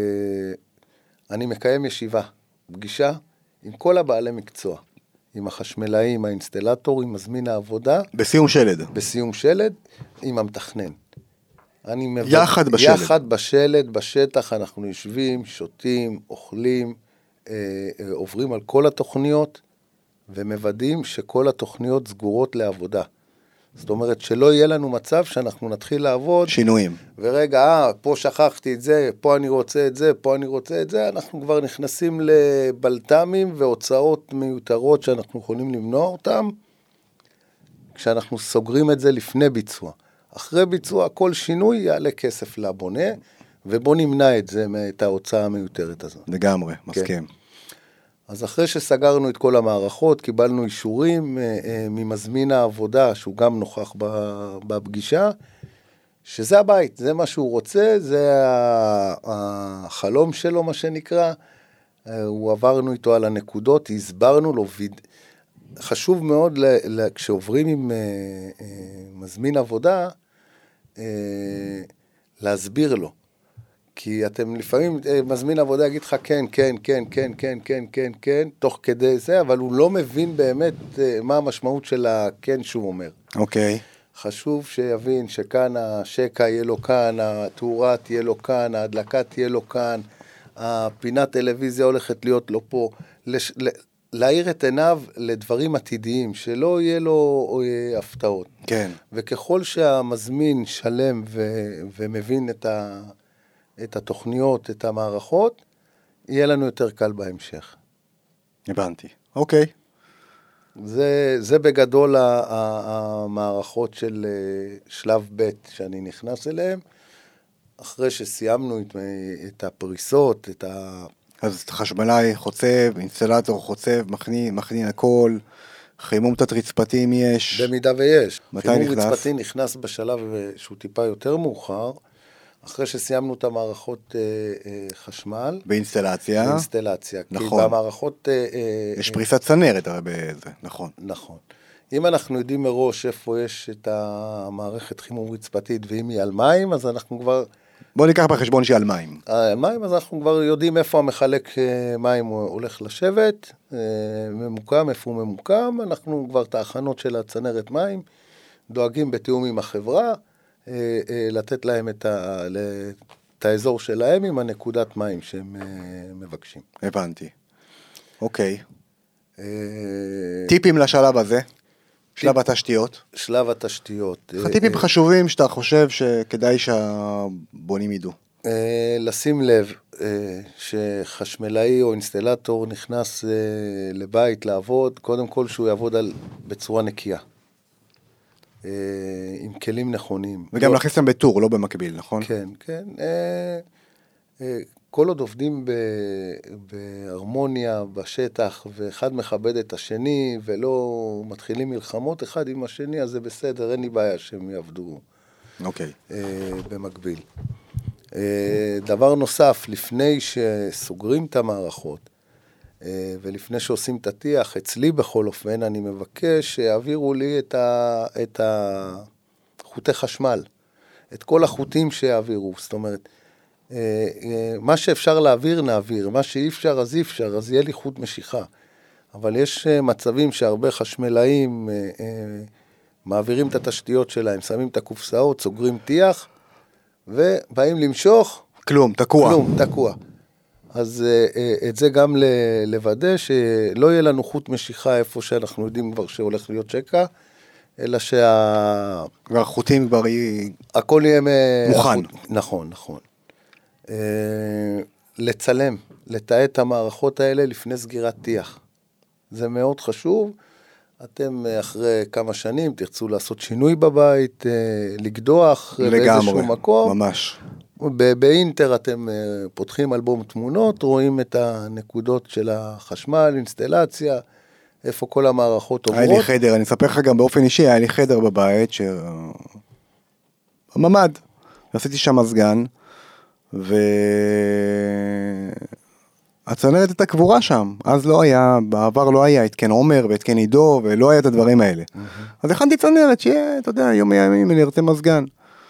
אני מקיים ישיבה. פגישה עם כל הבעלי מקצוע, עם החשמלאי, עם האינסטלטור, עם מזמין העבודה. בסיום שלד. בסיום שלד, עם המתכנן. אני מבד... יחד בשלד. יחד בשלד, בשטח, אנחנו יושבים, שותים, אוכלים, אה, אה, עוברים על כל התוכניות, ומוודאים שכל התוכניות סגורות לעבודה. זאת אומרת, שלא יהיה לנו מצב שאנחנו נתחיל לעבוד. שינויים. ורגע, אה, פה שכחתי את זה, פה אני רוצה את זה, פה אני רוצה את זה, אנחנו כבר נכנסים לבלת"מים והוצאות מיותרות שאנחנו יכולים למנוע אותם, כשאנחנו סוגרים את זה לפני ביצוע. אחרי ביצוע, כל שינוי יעלה כסף לבונה, ובוא נמנע את זה, את ההוצאה המיותרת הזאת. לגמרי, מסכים. כן. אז אחרי שסגרנו את כל המערכות, קיבלנו אישורים ממזמין העבודה, שהוא גם נוכח בפגישה, שזה הבית, זה מה שהוא רוצה, זה החלום שלו, מה שנקרא. הוא עברנו איתו על הנקודות, הסברנו לו, חשוב מאוד כשעוברים עם מזמין עבודה, להסביר לו. כי אתם לפעמים, מזמין עבודה יגיד לך כן, כן, כן, כן, כן, כן, כן, כן, תוך כדי זה, אבל הוא לא מבין באמת מה המשמעות של הכן שהוא אומר. אוקיי. חשוב שיבין שכאן השקע יהיה לו כאן, התאורה תהיה לו כאן, ההדלקה תהיה לו כאן, הפינת טלוויזיה הולכת להיות לו פה, לש... להאיר את עיניו לדברים עתידיים, שלא יהיה לו הפתעות. כן. וככל שהמזמין שלם ו... ומבין את ה... את התוכניות, את המערכות, יהיה לנו יותר קל בהמשך. הבנתי. אוקיי. זה, זה בגדול המערכות של שלב ב' שאני נכנס אליהם, אחרי שסיימנו את, את הפריסות, את ה... אז חשמלאי חוצב, אינסטלטור חוצב, מכנין, מכנין הכל, חימום תת-רצפתי אם יש? במידה ויש. מתי חימום נכנס? רצפתי נכנס בשלב שהוא טיפה יותר מאוחר, אחרי שסיימנו את המערכות אה, אה, חשמל. באינסטלציה. באינסטלציה. נכון. כי במערכות... אה, יש אה, פריסת צנרת הרי בזה, נכון. נכון. אם אנחנו יודעים מראש איפה יש את המערכת חימום רצפתית, ואם היא על מים, אז אנחנו כבר... בוא ניקח בחשבון שהיא על מים. על מים, אז אנחנו כבר יודעים איפה המחלק מים הולך לשבת, ממוקם, איפה הוא ממוקם, אנחנו כבר את ההכנות של הצנרת מים, דואגים בתיאום עם החברה, לתת להם את, ה, את האזור שלהם עם הנקודת מים שהם מבקשים. הבנתי. אוקיי. טיפים לשלב הזה? שלב התשתיות. שלב התשתיות. טיפים חשובים שאתה חושב שכדאי שהבונים ידעו. לשים לב שחשמלאי או אינסטלטור נכנס לבית לעבוד, קודם כל שהוא יעבוד בצורה נקייה. עם כלים נכונים. וגם להכניס אותם בטור, לא במקביל, נכון? כן, כן. כל עוד עובדים בהרמוניה, בשטח, ואחד מכבד את השני, ולא מתחילים מלחמות אחד עם השני, אז זה בסדר, אין לי בעיה שהם יעבדו אוקיי. במקביל. דבר נוסף, לפני שסוגרים את המערכות, ולפני שעושים את הטיח, אצלי בכל אופן, אני מבקש שיעבירו לי את, ה, את החוטי חשמל, את כל החוטים שיעבירו, זאת אומרת, מה שאפשר להעביר, נעביר, מה שאי אפשר, אז אי אפשר, אז יהיה לי חוט משיכה. אבל יש מצבים שהרבה חשמלאים מעבירים את התשתיות שלהם, שמים את הקופסאות, סוגרים טיח, ובאים למשוך. כלום, תקוע. כלום, תקוע. אז את זה גם לוודא שלא יהיה לנו חוט משיכה איפה שאנחנו יודעים כבר שהולך להיות שקע, אלא שה... כבר חוטים כבר יהיה... הכל יהיה... מוכן. נכון, נכון. לצלם, לתאר את המערכות האלה לפני סגירת טיח. זה מאוד חשוב. אתם אחרי כמה שנים תרצו לעשות שינוי בבית, לגדוח באיזשהו מקום. לגמרי, ממש. באינטר אתם פותחים אלבום תמונות, רואים את הנקודות של החשמל, אינסטלציה, איפה כל המערכות עוברות. היה לי חדר, אני אספר לך גם באופן אישי, היה לי חדר בבית, ש... בממד, עשיתי שם מזגן, והצנרת הייתה קבורה שם, אז לא היה, בעבר לא היה, התקן עומר והתקן עידו, ולא היה את הדברים האלה. אז הכנתי צנרת, שיהיה, אתה יודע, יום ימים, אני ארצה מזגן.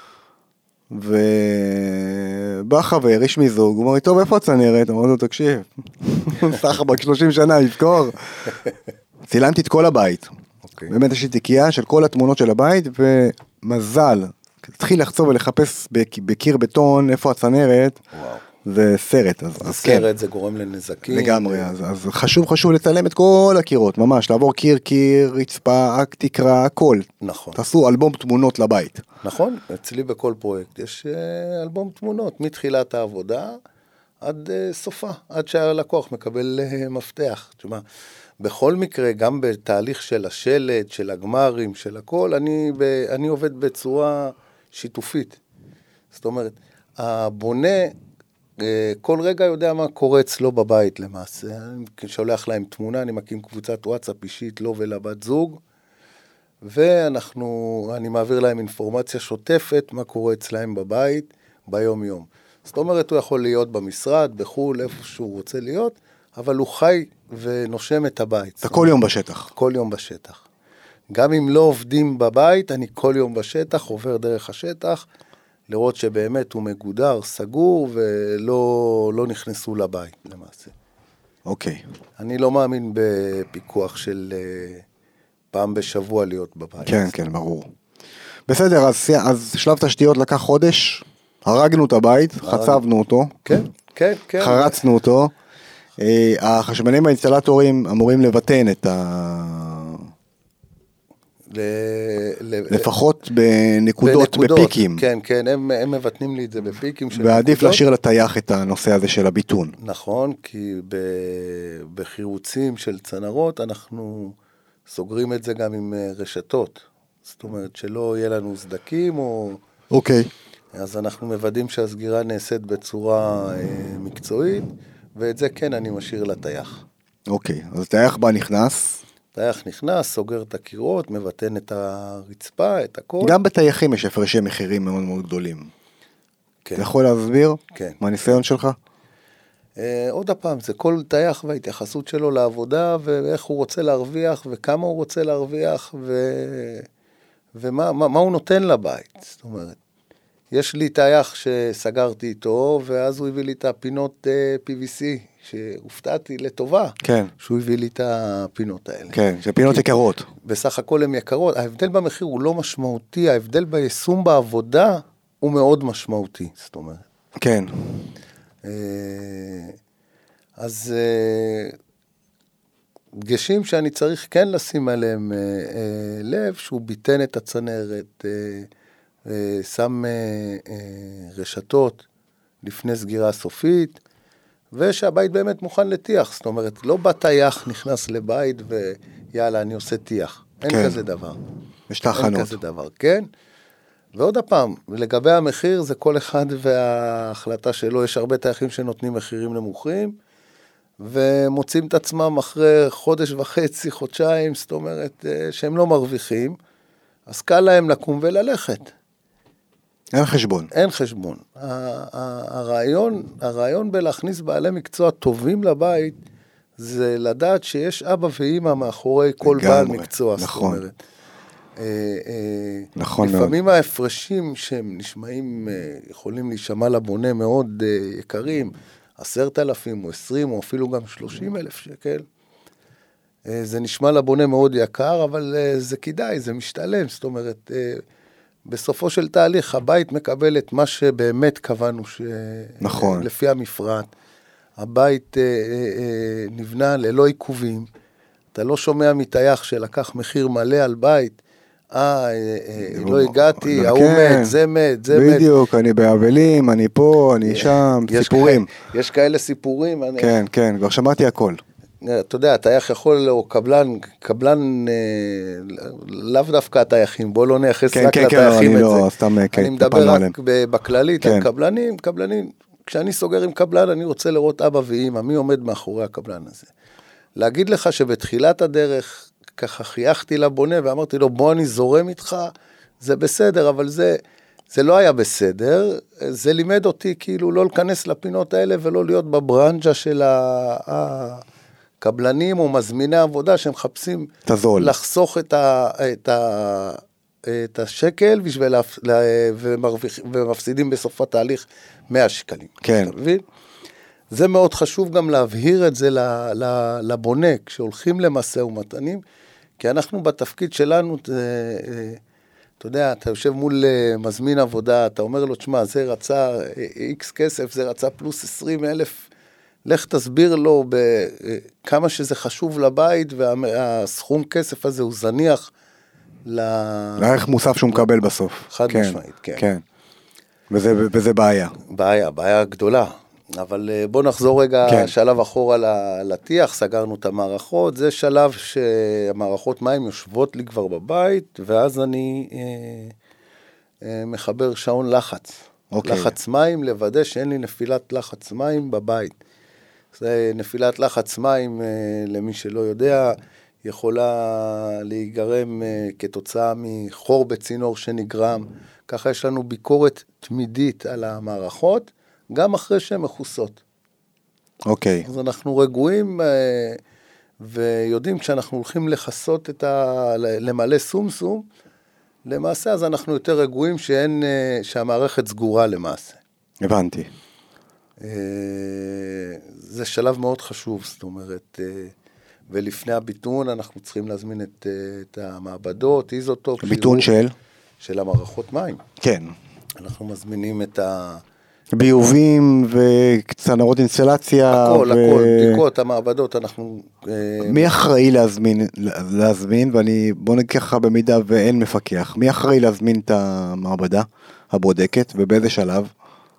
ובא חבר, איש מיזוג, הוא אומר לי, טוב, איפה הצנרת? אמרתי לו, תקשיב, סך בק שלושים שנה, יזכור. צילמתי את כל הבית. באמת יש לי תיקייה של כל התמונות של הבית, ומזל, התחיל לחצוב ולחפש בקיר בטון, איפה הצנרת, זה סרט. סרט זה גורם לנזקים. לגמרי, אז חשוב חשוב לצלם את כל הקירות, ממש, לעבור קיר, קיר, רצפה, תקרה, הכל. נכון. תעשו אלבום תמונות לבית. נכון, אצלי בכל פרויקט יש אלבום תמונות, מתחילת העבודה עד סופה, עד שהלקוח מקבל מפתח. תשמע, בכל מקרה, גם בתהליך של השלד, של הגמרים, של הכל, אני, אני עובד בצורה שיתופית. זאת אומרת, הבונה כל רגע יודע מה קורה אצלו בבית למעשה. אני שולח להם תמונה, אני מקים קבוצת וואטסאפ אישית, לו ולבת זוג, ואנחנו, אני מעביר להם אינפורמציה שוטפת, מה קורה אצלהם בבית, ביום יום. זאת אומרת, הוא יכול להיות במשרד, בחול, איפה שהוא רוצה להיות, אבל הוא חי ונושם את הבית. אתה כל יום בשטח. כל יום בשטח. גם אם לא עובדים בבית, אני כל יום בשטח, עובר דרך השטח, לראות שבאמת הוא מגודר, סגור, ולא לא נכנסו לבית, למעשה. אוקיי. אני לא מאמין בפיקוח של פעם בשבוע להיות בבית. כן, כן, ברור. בסדר, אז, אז שלב תשתיות לקח חודש, הרגנו את הבית, חצבנו אותו. כן, כן, כן. חרצנו אותו. החשמלאים האינסטלטורים אמורים לבטן את ה... לפחות בנקודות, בפיקים. כן, כן, הם, הם מבטנים לי את זה בפיקים. ועדיף להשאיר לתייך את הנושא הזה של הביטון. נכון, כי בחירוצים של צנרות אנחנו סוגרים את זה גם עם רשתות. זאת אומרת שלא יהיה לנו סדקים או... אוקיי. אז אנחנו מוודאים שהסגירה נעשית בצורה מקצועית, ואת זה כן אני משאיר לתייך. אוקיי, אז תייך בה נכנס. טייח נכנס, סוגר את הקירות, מבטן את הרצפה, את הכל. גם בטייחים יש הפרשי מחירים מאוד מאוד גדולים. כן. אתה יכול להסביר? כן. מה הניסיון שלך? אה, עוד הפעם, זה כל טייח וההתייחסות שלו לעבודה, ואיך הוא רוצה להרוויח, וכמה הוא רוצה להרוויח, ו... ומה מה, מה הוא נותן לבית. זאת אומרת, יש לי טייח שסגרתי איתו, ואז הוא הביא לי את הפינות פי וי סי, שהופתעתי לטובה, כן. שהוא הביא לי את הפינות האלה. כן, זה פינות יקרות. בסך הכל הן יקרות, ההבדל במחיר הוא לא משמעותי, ההבדל ביישום בעבודה הוא מאוד משמעותי, זאת אומרת. כן. אז דגשים שאני צריך כן לשים עליהם לב, שהוא ביטן את הצנרת, שם רשתות לפני סגירה סופית, ושהבית באמת מוכן לטיח, זאת אומרת, לא בטייח נכנס לבית ויאללה, אני עושה טיח. אין כן. כזה דבר. יש תחנות. אין כזה דבר, כן. ועוד הפעם, לגבי המחיר, זה כל אחד וההחלטה שלו, יש הרבה טייחים שנותנים מחירים נמוכים, ומוצאים את עצמם אחרי חודש וחצי, חודשיים, זאת אומרת, שהם לא מרוויחים, אז קל להם לקום וללכת. אין חשבון. אין חשבון. הרעיון, הרעיון בלהכניס בעלי מקצוע טובים לבית, זה לדעת שיש אבא ואמא מאחורי כל בעל מקצוע. נכון. זאת אומרת, נכון מאוד. לפעמים ההפרשים שהם נשמעים, יכולים להישמע לבונה מאוד יקרים, עשרת אלפים או עשרים או אפילו גם שלושים אלף שקל, זה נשמע לבונה מאוד יקר, אבל זה כדאי, זה משתלם, זאת אומרת, בסופו של תהליך, הבית מקבל את מה שבאמת קבענו, ש... נכון. לפי המפרט, הבית אה, אה, נבנה ללא עיכובים, אתה לא שומע מטייח שלקח מחיר מלא על בית, אה, אה, לא הגעתי, ההוא מת, זה מת, זה מת. בדיוק, אני באבלים, אני פה, אני שם, סיפורים. יש כאלה סיפורים. כן, כן, כבר שמעתי הכל. אתה יודע, טייח יכול, או קבלן, קבלן, לאו דווקא הטייחים, בוא לא נייחס רק לטייחים את זה. אני מדבר רק בכללית, על קבלנים, קבלנים, כשאני סוגר עם קבלן, אני רוצה לראות אבא ואמא, מי עומד מאחורי הקבלן הזה. להגיד לך שבתחילת הדרך, ככה חייכתי לבונה, ואמרתי לו, בוא אני זורם איתך, זה בסדר, אבל זה, זה לא היה בסדר, זה לימד אותי כאילו לא להיכנס לפינות האלה, ולא להיות בברנג'ה של ה... קבלנים או מזמיני עבודה שמחפשים לחסוך את, ה, את, ה, את השקל בשביל לה, ומרוויח, ומפסידים בסוף התהליך מאה שקלים. כן. זה מאוד חשוב גם להבהיר את זה לבונה, כשהולכים למסע ומתנים, כי אנחנו בתפקיד שלנו, אתה יודע, אתה יושב מול מזמין עבודה, אתה אומר לו, תשמע, זה רצה איקס כסף, זה רצה פלוס עשרים אלף, לך תסביר לו כמה שזה חשוב לבית, והסכום כסף הזה הוא זניח לערך מוסף שהוא מקבל בסוף. חד משמעית, כן. כן. וזה, וזה בעיה. בעיה, בעיה גדולה. אבל בוא נחזור רגע כן. שלב אחורה לטיח, סגרנו את המערכות, זה שלב שהמערכות מים יושבות לי כבר בבית, ואז אני אה, אה, מחבר שעון לחץ. אוקיי. לחץ מים, לוודא שאין לי נפילת לחץ מים בבית. זה נפילת לחץ מים, למי שלא יודע, יכולה להיגרם כתוצאה מחור בצינור שנגרם. ככה יש לנו ביקורת תמידית על המערכות, גם אחרי שהן מחוסות. אוקיי. אז אנחנו רגועים ויודעים כשאנחנו הולכים לחסות את ה... למלא סום סום, למעשה אז אנחנו יותר רגועים שאין, שהמערכת סגורה למעשה. הבנתי. זה שלב מאוד חשוב, זאת אומרת, ולפני הביטון אנחנו צריכים להזמין את, את המעבדות, איזוטופ. ביטון של? של המערכות מים. כן. אנחנו מזמינים את ה... ביובים וצנרות אינסטלציה. הכל, ו... הכל, בדיקות, המעבדות, אנחנו... מי אחראי להזמין, להזמין, ואני, בוא ניקח במידה ואין מפקח, מי אחראי להזמין את המעבדה הבודקת, ובאיזה שלב?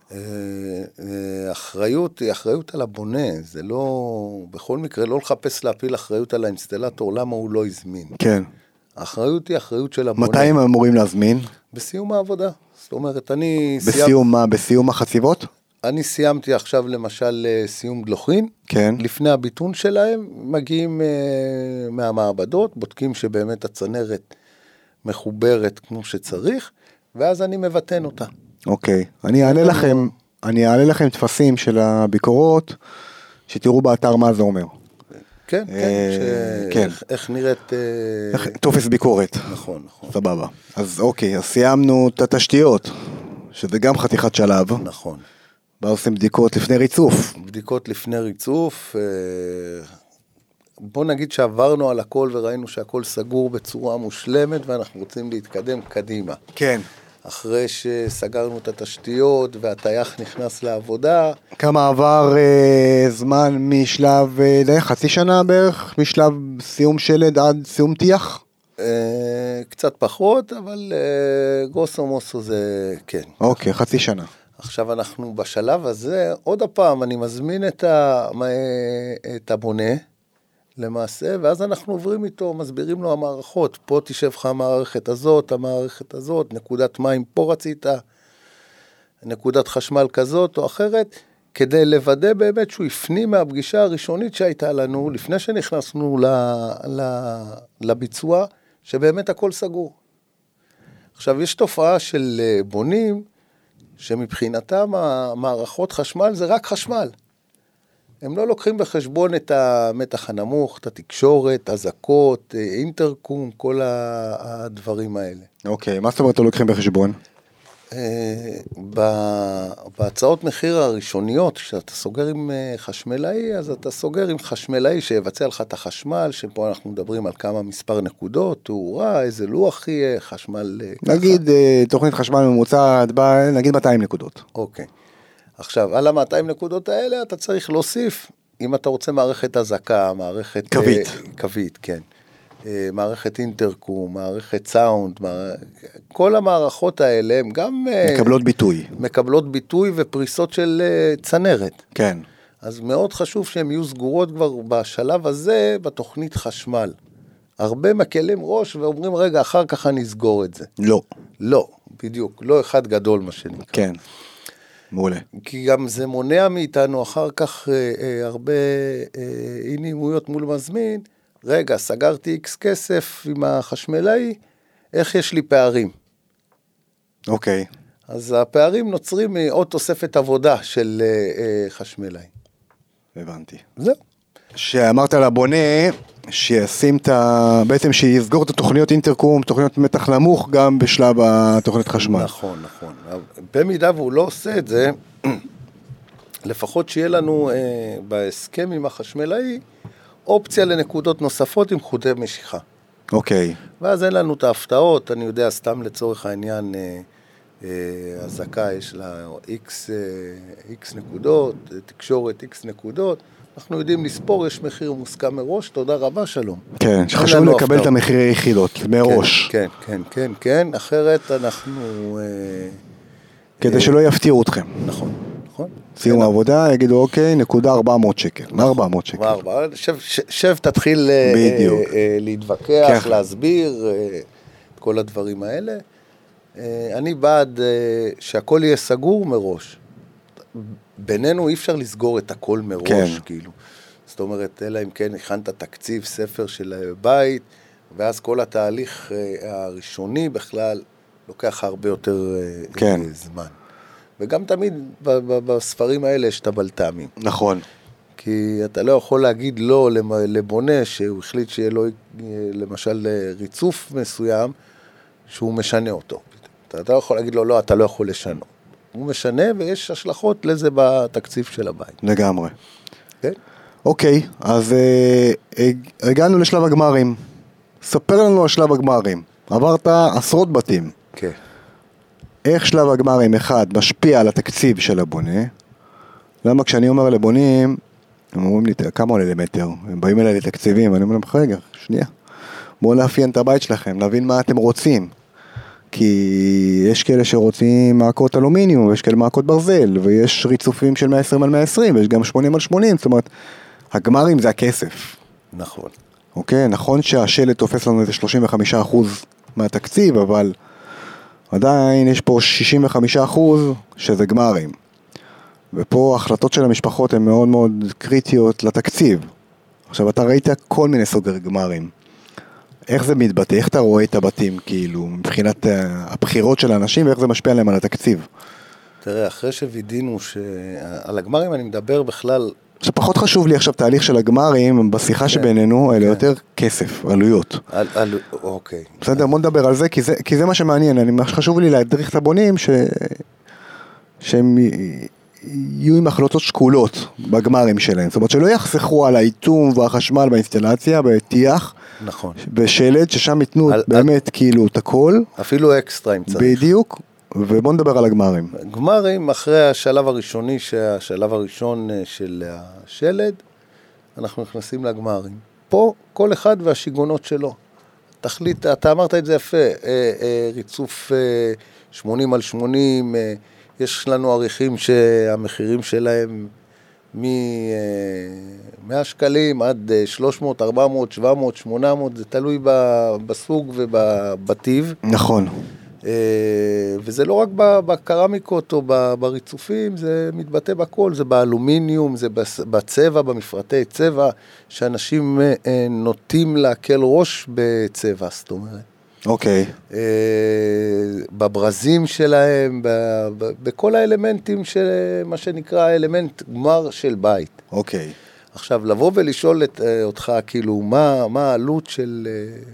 אחריות היא אחריות על הבונה, זה לא, בכל מקרה לא לחפש להפיל אחריות על האינסטלטור, למה הוא לא הזמין. כן. האחריות היא אחריות של הבונה. מתי הם אמורים להזמין? בסיום העבודה. זאת אומרת, אני... בסיום מה? בסיום החציבות? אני סיימתי עכשיו למשל סיום דלוחין, כן. לפני הביטון שלהם, מגיעים uh, מהמעבדות, בודקים שבאמת הצנרת מחוברת כמו שצריך, ואז אני מבטן אותה. אוקיי, אני אעלה לכם, אני אעלה לכם תפסים של הביקורות, שתראו באתר מה זה אומר. כן, כן, כן. איך נראית... טופס ביקורת. נכון, נכון. סבבה. אז אוקיי, אז סיימנו את התשתיות, שזה גם חתיכת שלב. נכון. ואז עושים בדיקות לפני ריצוף. בדיקות לפני ריצוף, בוא נגיד שעברנו על הכל וראינו שהכל סגור בצורה מושלמת, ואנחנו רוצים להתקדם קדימה. כן. אחרי שסגרנו את התשתיות והטייח נכנס לעבודה. כמה עבר אה, זמן משלב, אה, חצי שנה בערך, משלב סיום שלד עד סיום תיח? אה, קצת פחות, אבל אה, גרוסו מוסו זה כן. אוקיי, חצי שנה. עכשיו אנחנו בשלב הזה, עוד הפעם אני מזמין את, ה, את הבונה, למעשה, ואז אנחנו עוברים איתו, מסבירים לו המערכות, פה תשב לך המערכת הזאת, המערכת הזאת, נקודת מים פה רצית, נקודת חשמל כזאת או אחרת, כדי לוודא באמת שהוא יפנים מהפגישה הראשונית שהייתה לנו, לפני שנכנסנו ל, ל, לביצוע, שבאמת הכל סגור. עכשיו, יש תופעה של בונים, שמבחינתם המערכות חשמל זה רק חשמל. הם לא לוקחים בחשבון את המתח הנמוך, את התקשורת, הזקות, אינטרקום, כל הדברים האלה. אוקיי, מה זאת אומרת לא לוקחים בחשבון? בהצעות מחיר הראשוניות, כשאתה סוגר עם חשמלאי, אז אתה סוגר עם חשמלאי שיבצע לך את החשמל, שפה אנחנו מדברים על כמה מספר נקודות, תאורה, איזה לוח יהיה, חשמל ככה. נגיד תוכנית חשמל ממוצעת, נגיד מאתיים נקודות. אוקיי. עכשיו, על ה-מאתיים נקודות האלה אתה צריך להוסיף, אם אתה רוצה מערכת הזקה, מערכת... קווית. קווית, כן. מערכת אינטרקום, מערכת סאונד, כל המערכות האלה הם גם... מקבלות ביטוי. מקבלות ביטוי ופריסות של צנרת. כן. אז מאוד חשוב שהן יהיו סגורות כבר בשלב הזה, בתוכנית חשמל. הרבה מקלים ראש ואומרים, רגע, אחר כך אני אסגור את זה. לא. לא, בדיוק. לא אחד גדול מה שנקרא. כן. מעולה. כי גם זה מונע מאיתנו אחר כך אה, אה, הרבה אה, אי נעימויות מול מזמין, רגע, סגרתי איקס כסף עם החשמלאי, איך יש לי פערים? אוקיי. אז הפערים נוצרים מעוד תוספת עבודה של אה, אה, חשמלאי. הבנתי. זהו. שאמרת לבונה, שישים את ה... בעצם שיסגור את התוכניות אינטרקום, תוכניות מתח נמוך, גם בשלב התוכנית חשמל. נכון, נכון. במידה והוא לא עושה את זה, לפחות שיהיה לנו אה, בהסכם עם החשמלאי, אופציה לנקודות נוספות עם חוטי משיכה. אוקיי. ואז אין לנו את ההפתעות, אני יודע, סתם לצורך העניין, אה, אה, הזקה יש לה X, אה, X נקודות, תקשורת X נקודות, אנחנו יודעים לספור, יש מחיר מוסכם מראש, תודה רבה, שלום. כן, שחשוב לקבל הפתעות. את המחירי יחידות, מראש. כן, כן, כן, כן, אחרת אנחנו... אה, כדי אה, שלא יפתיעו אתכם. נכון, נכון. סיום העבודה, יגידו, אוקיי, נקודה ארבע מאות שקל. מה ארבע מאות שקל? שב, שב, תתחיל בדיוק. להתווכח, להסביר את כל הדברים האלה. אני בעד שהכל יהיה סגור מראש. בינינו אי אפשר לסגור את הכל מראש, כן. כאילו. זאת אומרת, אלא אם כן הכנת תקציב ספר של בית, ואז כל התהליך הראשוני בכלל לוקח הרבה יותר כן. זמן. וגם תמיד בספרים האלה יש את הבלת"מים. נכון. כי אתה לא יכול להגיד לא לבונה שהוא החליט שיהיה לו למשל ריצוף מסוים שהוא משנה אותו. אתה לא יכול להגיד לו לא, אתה לא יכול לשנות. הוא משנה ויש השלכות לזה בתקציב של הבית. לגמרי. כן? אוקיי, אז אה, הגענו לשלב הגמרים. ספר לנו על שלב הגמרים. עברת עשרות בתים. כן. איך שלב הגמרים אחד משפיע על התקציב של הבונה? למה כשאני אומר לבונים, הם אומרים לי, כמה עולה למטר? הם באים אליי לתקציבים, אני אומר להם, רגע, שנייה. בואו לאפיין את הבית שלכם, להבין מה אתם רוצים. כי יש כאלה שרוצים מעקות אלומיניום, ויש כאלה מעקות ברזל, ויש ריצופים של מאה ועשרים על מאה ועשרים, ויש גם שמונים על שמונים, זאת אומרת, הגמרים זה הכסף. נכון. אוקיי, נכון שהשלט תופס לנו איזה שלושים וחמישה אחוז מהתקציב, אבל עדיין יש פה שישים וחמישה אחוז שזה גמרים. ופה ההחלטות של המשפחות הן מאוד מאוד קריטיות לתקציב. עכשיו, אתה ראית כל מיני סוגי גמרים. איך זה מתבטא? איך אתה רואה את הבתים, כאילו, מבחינת הבחירות של האנשים, ואיך זה משפיע עליהם על התקציב? תראה, אחרי שווידינו שעל הגמרים אני מדבר בכלל... שפחות חשוב לי עכשיו תהליך של הגמרים, בשיחה כן, שבינינו, אלה כן. יותר כסף, עלויות. על, על, אוקיי. בסדר, בוא נדבר על זה, כי זה, כי זה מה שמעניין. אני, חשוב לי להדריך את הבונים ש... שהם יהיו עם החלטות שקולות בגמרים שלהם. זאת אומרת, שלא יחסכו על האיתום והחשמל באינסטלציה, בטיח. נכון. בשלד, ששם ייתנו על, באמת על... כאילו את הכל. אפילו אקסטרה אם צריך. בדיוק. ובוא נדבר על הגמרים. גמרים, אחרי השלב הראשוני, שהשלב הראשון של השלד, אנחנו נכנסים לגמרים. פה כל אחד והשיגונות שלו. תחליט, אתה אמרת את זה יפה, ריצוף שמונים על שמונים, יש לנו עריכים שהמחירים שלהם מ-מאה שקלים עד שלוש מאות, ארבע מאות, שבע מאות, שמונה מאות, זה תלוי בסוג ובטיב. נכון. וזה לא רק בקרמיקות או בריצופים, זה מתבטא בכל, זה באלומיניום, זה בצבע, במפרטי צבע, שאנשים נוטים להקל ראש בצבע, זאת אומרת. אוקיי. בברזים שלהם, בכל האלמנטים של מה שנקרא אלמנט גמר של בית. אוקיי. עכשיו, לבוא ולשאול אותך, כאילו, מה העלות של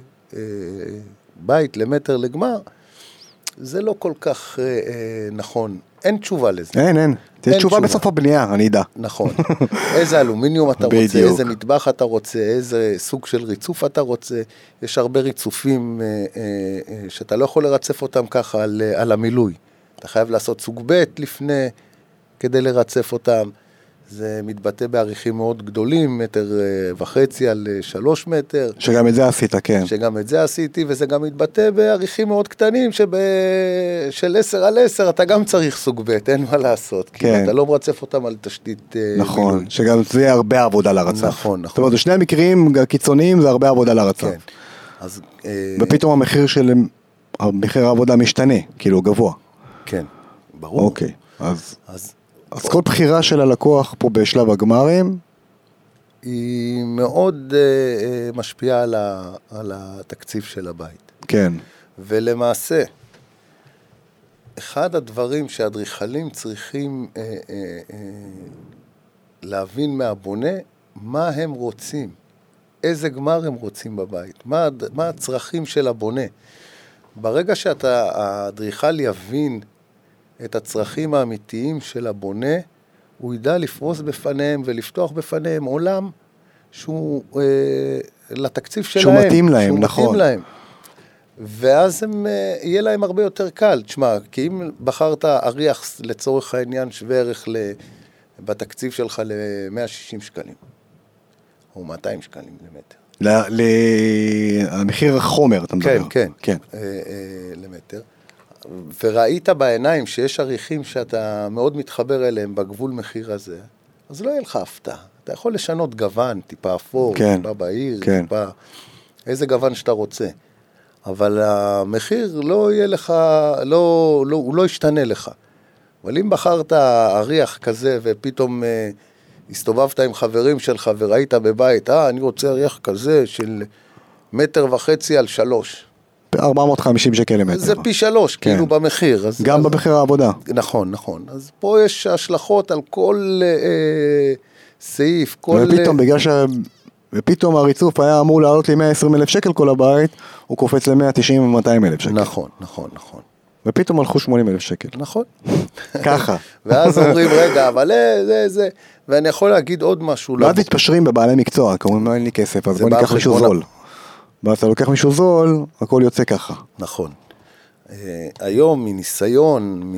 בית למטר לגמר, זה לא כל כך אה, נכון. אין תשובה לזה. אין, אין. תהיה תשובה בסוף הבנייה, אני אדע. נכון. איזה אלומיניום אתה רוצה, איזה מטבח אתה רוצה, איזה סוג של ריצוף אתה רוצה. יש הרבה ריצופים אה, אה, שאתה לא יכול לרצף אותם ככה על, על המילוי. אתה חייב לעשות סוג ב' לפני כדי לרצף אותם. זה מתבטא בעריכים מאוד גדולים, מטר וחצי על שלוש מטר. שגם את זה עשית, כן. שגם את זה עשיתי, וזה גם מתבטא בעריכים מאוד קטנים, שב... של עשר על עשר, אתה גם צריך סוג ב', אין מה לעשות. כן. כי אתה לא מרצף אותם על תשתית נכון, מילוי. שגם זה הרבה עבודה לרצף. נכון, נכון. זאת אומרת, שני המקרים קיצוניים, זה הרבה עבודה לרצף. כן. אז... ופתאום המחיר של... המחיר העבודה משתנה, כאילו גבוה. כן, ברור. אוקיי, אז... אז... אז כל בחירה של הלקוח פה בשלב הגמרים היא מאוד uh, משפיעה על, ה, על התקציב של הבית. כן. ולמעשה, אחד הדברים שהאדריכלים צריכים uh, uh, uh, להבין מהבונה, מה הם רוצים, איזה גמר הם רוצים בבית, מה, מה הצרכים של הבונה. ברגע שאתה, האדריכל יבין את הצרכים האמיתיים של הבונה, הוא ידע לפרוס בפניהם ולפתוח בפניהם עולם שהוא אה, לתקציב שלהם. שהוא מתאים להם, שהוא נכון. מתאים להם. ואז הם, אה, יהיה להם הרבה יותר קל. תשמע, כי אם בחרת אריח לצורך העניין שווה ערך ל, בתקציב שלך ל-מאה ושישים שקלים, או מאתיים שקלים למטר. למחיר החומר, אתה מדבר. כן, כן, כן. אה, אה, למטר. וראית בעיניים שיש עריכים שאתה מאוד מתחבר אליהם בגבול מחיר הזה, אז לא יהיה לך הפתעה. אתה יכול לשנות גוון, טיפה אפור, כן, טיפה בהיר, כן. טיפה, איזה גוון שאתה רוצה. אבל המחיר לא יהיה לך, לא, לא, הוא לא ישתנה לך. אבל אם בחרת אריח כזה ופתאום אה, הסתובבת עם חברים שלך וראית בבית, אה, אני רוצה אריח כזה של מטר וחצי על שלוש. ארבע מאות וחמישים שקל למטר. זה פי שלוש, כן. כאילו במחיר. אז, גם אז, במחיר העבודה. נכון, נכון. אז פה יש השלכות על כל אה, סעיף, כל... ופתאום, בגלל ש... ופתאום הריצוף היה אמור לעלות לי מאה ועשרים אלף שקל כל הבית, הוא קופץ ל-מאה ותשעים ומאתיים אלף שקל. נכון, נכון, נכון. ופתאום הלכו שמונים אלף שקל. נכון. ככה. ואז אומרים, רגע, אבל זה, זה, ואני יכול להגיד עוד משהו. ואז מתפשרים בבעלי מקצוע, כמובן, אין לי כסף, אז בוא ניקח מישהו זול. ואז אתה לוקח מישהו זול, הכל יוצא ככה. נכון. היום, מניסיון,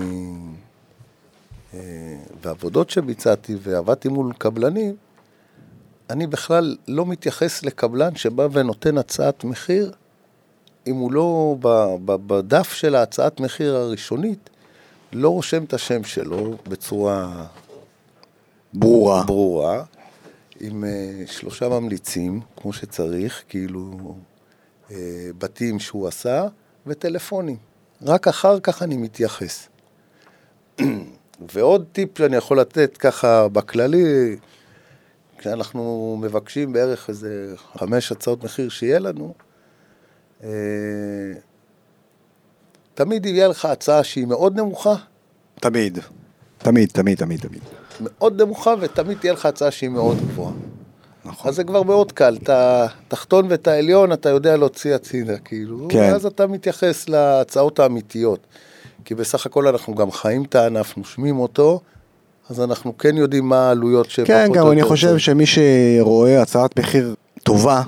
ועבודות שביצעתי, ועבדתי מול קבלנים, אני בכלל לא מתייחס לקבלן שבא ונותן הצעת מחיר, אם הוא לא בדף של ההצעת מחיר הראשונית, לא רושם את השם שלו בצורה ברורה. ברורה, עם שלושה ממליצים, כמו שצריך, כאילו בתים שהוא עשה, וטלפונים. רק אחר כך אני מתייחס. ועוד טיפ שאני יכול לתת ככה בכללי, כשאנחנו מבקשים בערך איזה חמש הצעות מחיר שיהיה לנו, תמיד יהיה לך הצעה שהיא מאוד נמוכה. תמיד, תמיד, תמיד, תמיד, תמיד. מאוד נמוכה, ותמיד תהיה לך הצעה שהיא מאוד גבוהה. נכון. אז זה כבר מאוד קל, את התחתון ואת העליון אתה יודע להוציא הצידה, כאילו, כן. ואז אתה מתייחס להצעות האמיתיות. כי בסך הכל אנחנו גם חיים את הענף, נושמים אותו, אז אנחנו כן יודעים מה העלויות שפחות כן, גם אני יותר חושב טוב. שמי שרואה הצעת מחיר טובה,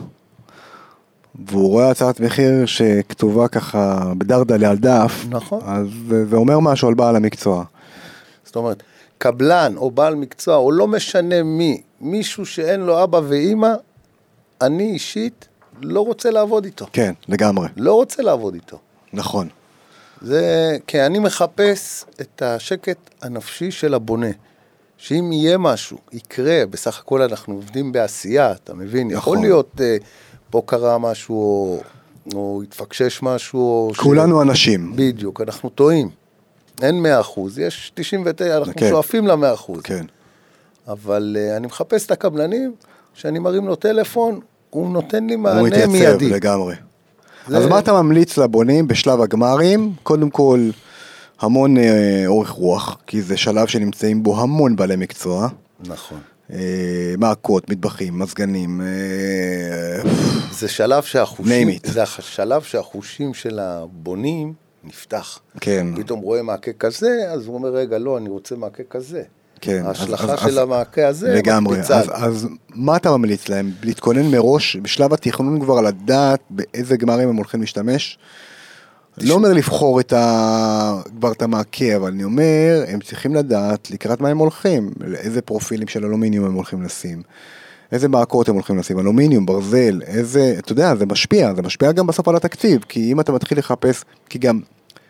והוא רואה הצעת מחיר שכתובה ככה בדרדלה על דף, נכון. אז זה אומר משהו על בעל המקצוע. זאת אומרת, קבלן או בעל מקצוע, או לא משנה מי, מישהו שאין לו אבא ואמא, אני אישית לא רוצה לעבוד איתו. כן, לגמרי. לא רוצה לעבוד איתו. נכון. זה, כי אני מחפש את השקט הנפשי של הבונה. שאם יהיה משהו, יקרה, בסך הכל אנחנו עובדים בעשייה, אתה מבין? נכון. יכול להיות, פה קרה משהו, או, או התפקשש משהו. או כולנו ש... אנשים. בדיוק, אנחנו טועים. אין מאה אחוז, יש תשעים ותשע, אנחנו כן. שואפים למאה אחוז. כן. אבל uh, אני מחפש את הקבלנים, שאני מרים לו טלפון, הוא נותן לי מענה מיידי. הוא מיידי. מתייצב לגמרי. זה... אז מה אתה ממליץ לבונים בשלב הגמרים? קודם כל, המון אה, אורך רוח, כי זה שלב שנמצאים בו המון בעלי מקצוע. נכון. אה, מעקות, מטבחים, מזגנים. אה, זה שלב שהחושים, name it. זה השלב שהחושים של הבונים נפתח. כן. פתאום רואה מעקה כזה, אז הוא אומר, רגע, לא, אני רוצה מעקה כזה. כן. ההשלכה אז, של אז, המעקה הזה, לגמרי. אז, אז מה אתה ממליץ להם? להתכונן מראש, בשלב התכנון כבר לדעת באיזה גמרים הם הולכים להשתמש? לא אומר לבחור את ה... כבר את המעקה, אבל אני אומר, הם צריכים לדעת לקראת מה הם הולכים, איזה פרופילים של אלומיניום הם הולכים לשים, איזה מעקות הם הולכים לשים, אלומיניום, ברזל, איזה, אתה יודע, זה משפיע, זה משפיע גם בסוף על התקציב, כי אם אתה מתחיל לחפש, כי גם,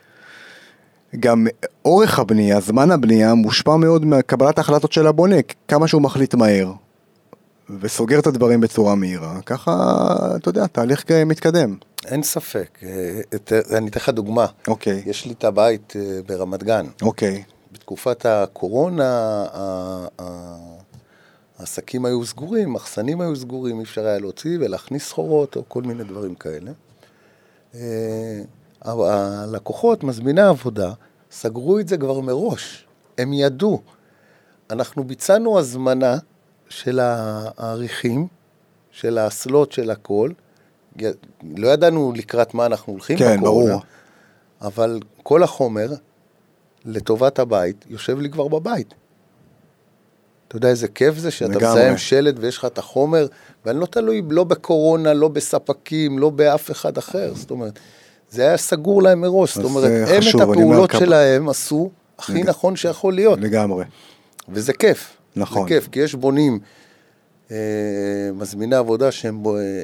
גם אורך הבנייה, זמן הבנייה, מושפע מאוד מקבלת ההחלטות של הבונה, כמה שהוא מחליט מהר, וסוגר את הדברים בצורה מהירה, ככה, אתה יודע, תהליך מתקדם. אין ספק. אני אתן לך דוגמה. אוקיי. יש לי את הבית ברמת גן. אוקיי. בתקופת הקורונה, העסקים היו סגורים, מחסנים היו סגורים, אי אפשר היה להוציא ולהכניס סחורות או כל מיני דברים כאלה. הלקוחות, מזמיני העבודה, סגרו את זה כבר מראש. הם ידעו. אנחנו ביצענו הזמנה של העריכים, של האסלות, של הכל. לא ידענו לקראת מה אנחנו הולכים כן, בקורונה. ברור. אבל כל החומר, לטובת הבית, יושב לי כבר בבית. אתה יודע איזה כיף זה, שאתה מסיים שלט ויש לך את החומר, ואני לא תלוי לא בקורונה, לא בספקים, לא באף אחד אחר. זאת אומרת, זה היה סגור להם מראש. זאת אומרת, הם את הפעולות שלהם עשו, הכי נכון שיכול להיות. לגמרי. וזה כיף. נכון. זה כיף, כי יש בונים, מזמיני עבודה שהם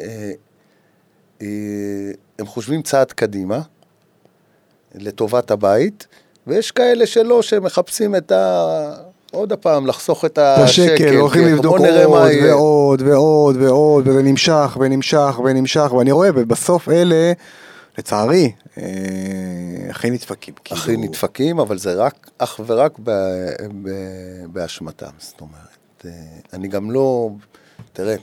הם חושבים צעד קדימה, לטובת הבית, ויש כאלה שלא, שמחפשים את ה... עוד הפעם, לחסוך את השקל. הולכים לבדוק עוד ועוד ועוד ועוד, וזה נמשך ונמשך ונמשך, ואני רואה, ובסוף אלה, לצערי, הכי נדפקים. הכי נדפקים, אבל זה רק, אך ורק באשמתם, זאת אומרת. אני גם לא, תראה,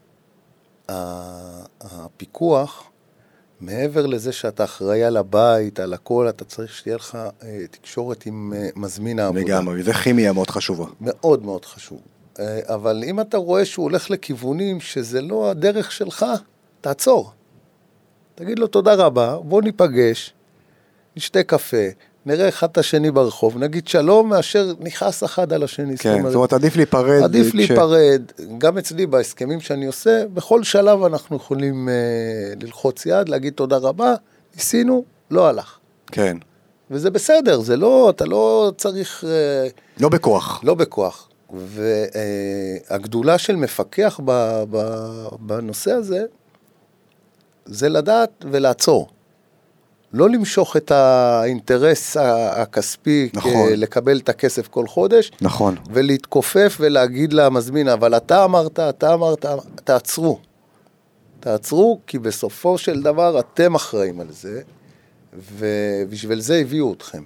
הפיקוח, מעבר לזה שאתה אחראי על הבית, על הכל, אתה צריך שתהיה לך תקשורת עם מזמין העבודה. לגמרי, זה כימיה מאוד חשובה. מאוד מאוד חשוב. אבל אם אתה רואה שהוא הולך לכיוונים שזה לא הדרך שלך, תעצור. תגיד לו תודה רבה, בוא ניפגש, נשתה קפה, נראה אחד את השני ברחוב, נגיד שלום, מאשר נכנס אחד על השני. כן, זאת אומרת, עדיף להיפרד. עדיף להיפרד, גם אצלי בהסכמים שאני עושה, בכל שלב אנחנו יכולים ללחוץ יד, להגיד תודה רבה, ניסינו, לא הלך. כן. וזה בסדר, זה לא, אתה לא צריך... לא בכוח. לא בכוח. והגדולה של מפקח בנושא הזה, זה לדעת ולעצור. לא למשוך את האינטרס הכספי, נכון. לקבל את הכסף כל חודש, נכון. ולהתכופף ולהגיד למזמין, אבל אתה אמרת, אתה אמרת, תעצרו. תעצרו, כי בסופו של דבר אתם אחראים על זה, ובשביל זה הביאו אתכם.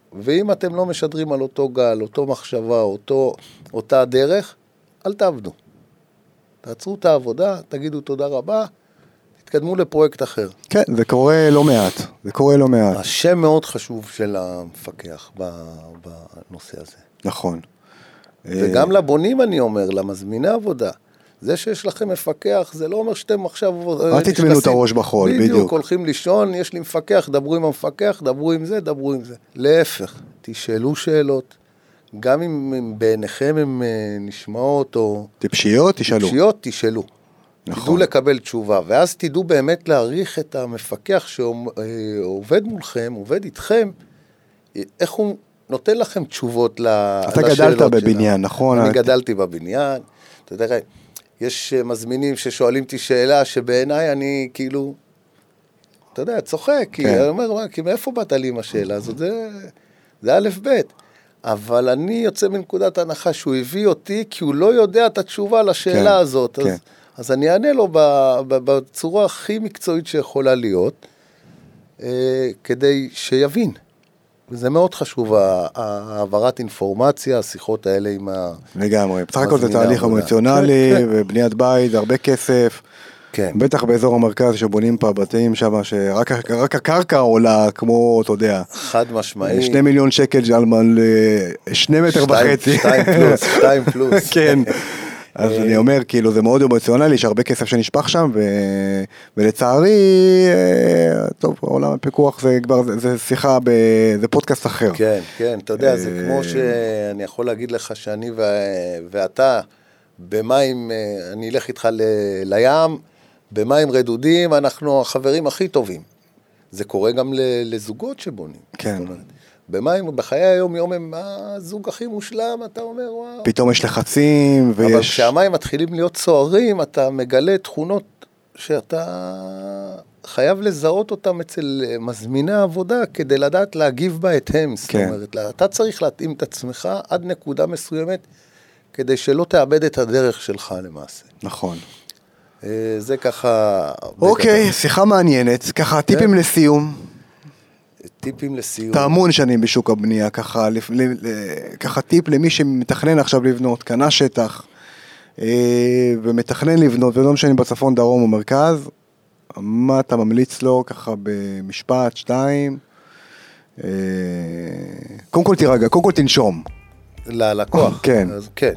ואם אתם לא משדרים על אותו גל, אותו מחשבה, אותו, אותה דרך, אל תעבדו. תעצרו את העבודה, תגידו תודה רבה, תתקדמו לפרויקט אחר. כן, זה קורה לא מעט, זה קורה לא מעט. השם מאוד חשוב של המפקח בנושא הזה. נכון. וגם לבונים אני אומר, למזמיני עבודה, זה שיש לכם מפקח, זה לא אומר שאתם עכשיו... אל תטמנו את הראש בחול, בדיוק. בדיוק, הולכים לישון, יש לי מפקח, דברו עם המפקח, דברו עם זה, דברו עם זה. להפך, תשאלו שאלות, גם אם בעיניכם הם נשמעות או... טיפשיות, תשאלו. טיפשיות, תשאלו. נכון. תדעו לקבל תשובה, ואז תדעו באמת להעריך את המפקח שעובד מולכם, עובד איתכם, איך הוא נותן לכם תשובות לשאלות אתה גדלת בבניין, נכון? אני גדלתי בבניין, אתה יודע, יש מזמינים ששואלים אותי שאלה שבעיניי אני כאילו, אתה יודע, צוחק, כי אני אומר, כי מאיפה באת לי עם השאלה הזאת? זה, זה א' ב', אבל אני יוצא מנקודת הנחה שהוא הביא אותי, כי הוא לא יודע את התשובה לשאלה הזאת, אז, אז אני אענה לו בצורה הכי מקצועית שיכולה להיות, כדי שיבין. וזה מאוד חשוב, העברת אינפורמציה, השיחות האלה עם ה... לגמרי, בסך הכל זה תהליך אמוציונלי, ובניית בית, הרבה כסף, בטח באזור המרכז שבונים פה בתים שם, שרק הקרקע עולה כמו, אתה יודע, חד משמעי, שני מיליון שקל על שני מטר וחצי. שתיים פלוס, שתיים פלוס. כן. אז אני אומר, כאילו, זה מאוד אמוציונלי, יש הרבה כסף שנשפך שם, ולצערי, טוב, עולם הפיקוח זה כבר, זה שיחה, זה פודקאסט אחר. כן, כן, אתה יודע, זה כמו שאני יכול להגיד לך שאני ואתה, במים, אני אלך איתך לים, במים רדודים, אנחנו החברים הכי טובים. זה קורה גם לזוגות שבונים. כן. במים, בחיי היום יום הם הזוג הכי מושלם, אתה אומר, וואו. פתאום יש לחצים, ויש... אבל כשהמים מתחילים להיות סוערים, אתה מגלה תכונות שאתה חייב לזהות אותם אצל מזמיני העבודה, כדי לדעת להגיב בהתאם. כן. זאת אומרת, אתה צריך להתאים את עצמך עד נקודה מסוימת, כדי שלא תאבד את הדרך שלך למעשה. נכון. זה ככה... אוקיי, שיחה מעניינת. ככה, טיפים לסיום. טיפים לסיום. אתה המון שנים בשוק הבנייה, ככה, ככה טיפ למי שמתכנן עכשיו לבנות, קנה שטח, ומתכנן לבנות, ולא משנה בצפון, דרום או מרכז, מה אתה ממליץ לו, ככה במשפט, שתיים, קודם כל תירגע, קודם כל תנשום. ללקוח. כן. אז כן,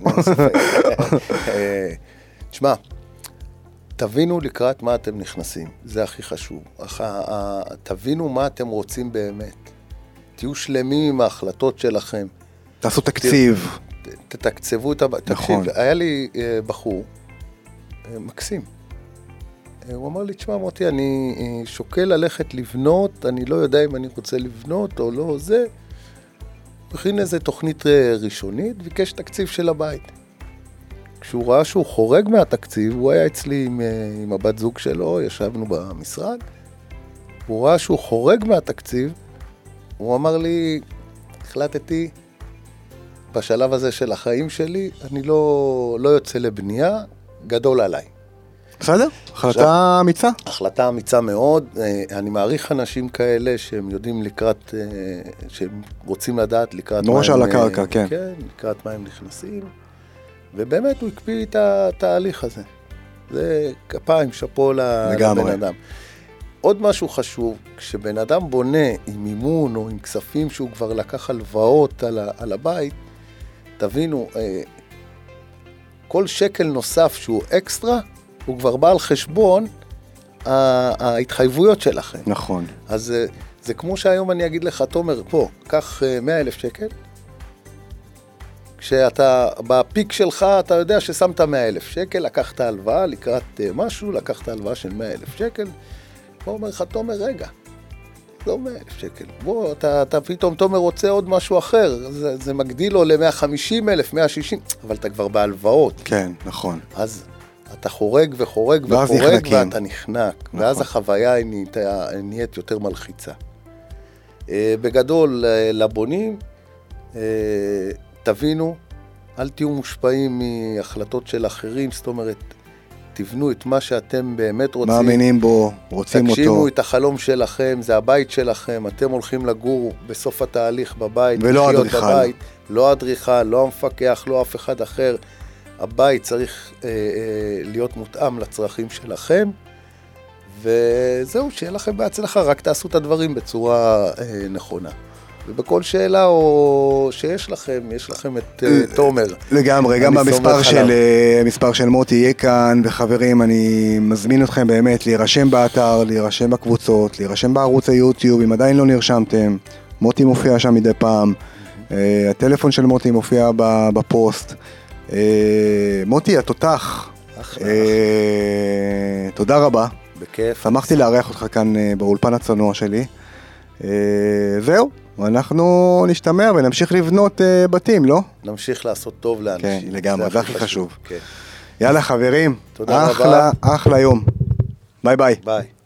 תשמע, תבינו לקראת מה אתם נכנסים, זה הכי חשוב. תבינו מה אתם רוצים באמת. תהיו שלמים עם ההחלטות שלכם. תעשו תקציב. תתקצבו את הבית. תקשיב, היה לי בחור, מקסים. הוא אמר לי, תשמע מוטי, אני שוקל ללכת לבנות, אני לא יודע אם אני רוצה לבנות או לא זה. הוא הכין איזו תוכנית ראשונית, ביקש תקציב של הבית. כשהוא ראה שהוא חורג מהתקציב, הוא היה אצלי עם, עם הבת זוג שלו, ישבנו במשרד, הוא ראה שהוא חורג מהתקציב, הוא אמר לי, החלטתי, בשלב הזה של החיים שלי, אני לא, לא יוצא לבנייה, גדול עליי. בסדר? החלטה אמיצה? החלטה אמיצה מאוד, אני מעריך אנשים כאלה שהם יודעים לקראת, שהם רוצים לדעת לקראת מראש על הקרקע, כן. כן, לקראת מה הם נכנסים. ובאמת הוא הקפיא את התהליך הזה. זה כפיים, שפו לבן אדם. עוד משהו חשוב, כשבן אדם בונה עם מימון או עם כספים שהוא כבר לקח הלוואות על, על הבית, תבינו, כל שקל נוסף שהוא אקסטרה, הוא כבר בא על חשבון ההתחייבויות שלכם. נכון. אז זה, זה כמו שהיום אני אגיד לך, תומר, פה, קח מאה אלף שקל, כשאתה בפיק שלך, אתה יודע ששמת מאה אלף שקל, לקחת הלוואה לקראת משהו, לקחת הלוואה של מאה אלף שקל, בוא אומר לך, תומר, רגע, לא מאה אלף שקל, בוא, אתה, אתה פתאום, תומר, רוצה עוד משהו אחר, זה, זה מגדיל לו ל-מאה וחמישים אלף, מאה ושישים, אבל אתה כבר בהלוואות. כן, נכון. אז אתה חורג וחורג וחורג, ואתה נחנק, נכון. ואז החוויה היא נהיית יותר מלחיצה. בגדול, לבונים, תבינו, אל תהיו מושפעים מהחלטות של אחרים, זאת אומרת, תבנו את מה שאתם באמת רוצים. מאמינים בו, רוצים אותו. תגשימו את החלום שלכם, זה הבית שלכם, אתם הולכים לגור בסוף התהליך בבית. ולא אדריכל. לא אדריכל, לא המפקח, לא אף אחד אחר. הבית צריך אה, אה, להיות מותאם לצרכים שלכם, וזהו, שיהיה לכם בהצלחה, רק תעשו את הדברים בצורה אה, נכונה. ובכל שאלה או שיש לכם, יש לכם את uh, תומר. לגמרי, גם במספר של, מספר של מוטי יהיה כאן, וחברים, אני מזמין אתכם באמת להירשם באתר, להירשם בקבוצות, להירשם בערוץ היוטיוב, אם עדיין לא נרשמתם, מוטי מופיע שם מדי פעם, uh, הטלפון של מוטי מופיע בפוסט, uh, מוטי, התותח, אחלה, uh, תודה רבה. בכיף. שמחתי לארח אותך כאן uh, באולפן הצנוע שלי. Uh, זהו. ואנחנו נשתמע ונמשיך לבנות uh, בתים, לא? נמשיך לעשות טוב לאנשים. כן, לגמרי, זה הכי חשוב. כן. יאללה חברים, תודה אחלה, רבה. אחלה יום. ביי ביי. ביי.